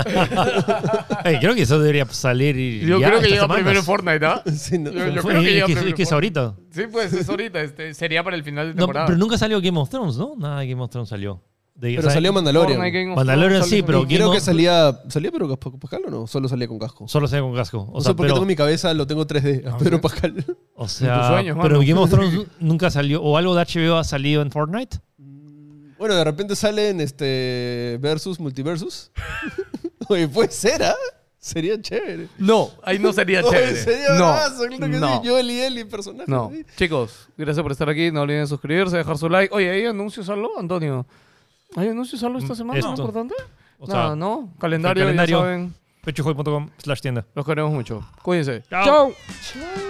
Ey, creo que eso debería salir y Yo ya, creo que estas llega semanas. primero en Fortnite, ¿ah? Sí, no. Yo Fue- creo que llega es primero que es en ahorita. Sí, pues es ahorita. Sería para el final de No, temporada. pero nunca salió Game of Thrones, ¿no? Nada de Game of Thrones salió. Pero salió Mandalorian. Fortnite, Game of Mandalorian Thrones, sí, sale- pero Y creo Game que of- salía Pedro Pascal o no, solo salía con casco. Solo salió con casco. O No sea, sé por qué pero, tengo en mi cabeza, lo tengo 3D, a Pedro Pascal. o sea, tus sueños, pero mano. Game of Thrones nunca salió. ¿O algo de HBO ha salido en Fortnite? Bueno, de repente salen Versus, Multiversus. Oye, puede ser, ¿ah? Sería chévere. No, ahí no sería Oye, chévere. sería no, bravazo, claro que no. sí. Joel y Ellie, personajes. No. así. Chicos, gracias por estar aquí. No olviden suscribirse, dejar su like. Oye, ¿hay anuncios algo, Antonio? ¿Hay anuncios algo esta semana? Esto. ¿Importante? O Nada, sea, ¿no? Calendario, el calendario. ya saben. pechojoy.com/tienda. Los queremos mucho. Cuídense. Chao. Chao.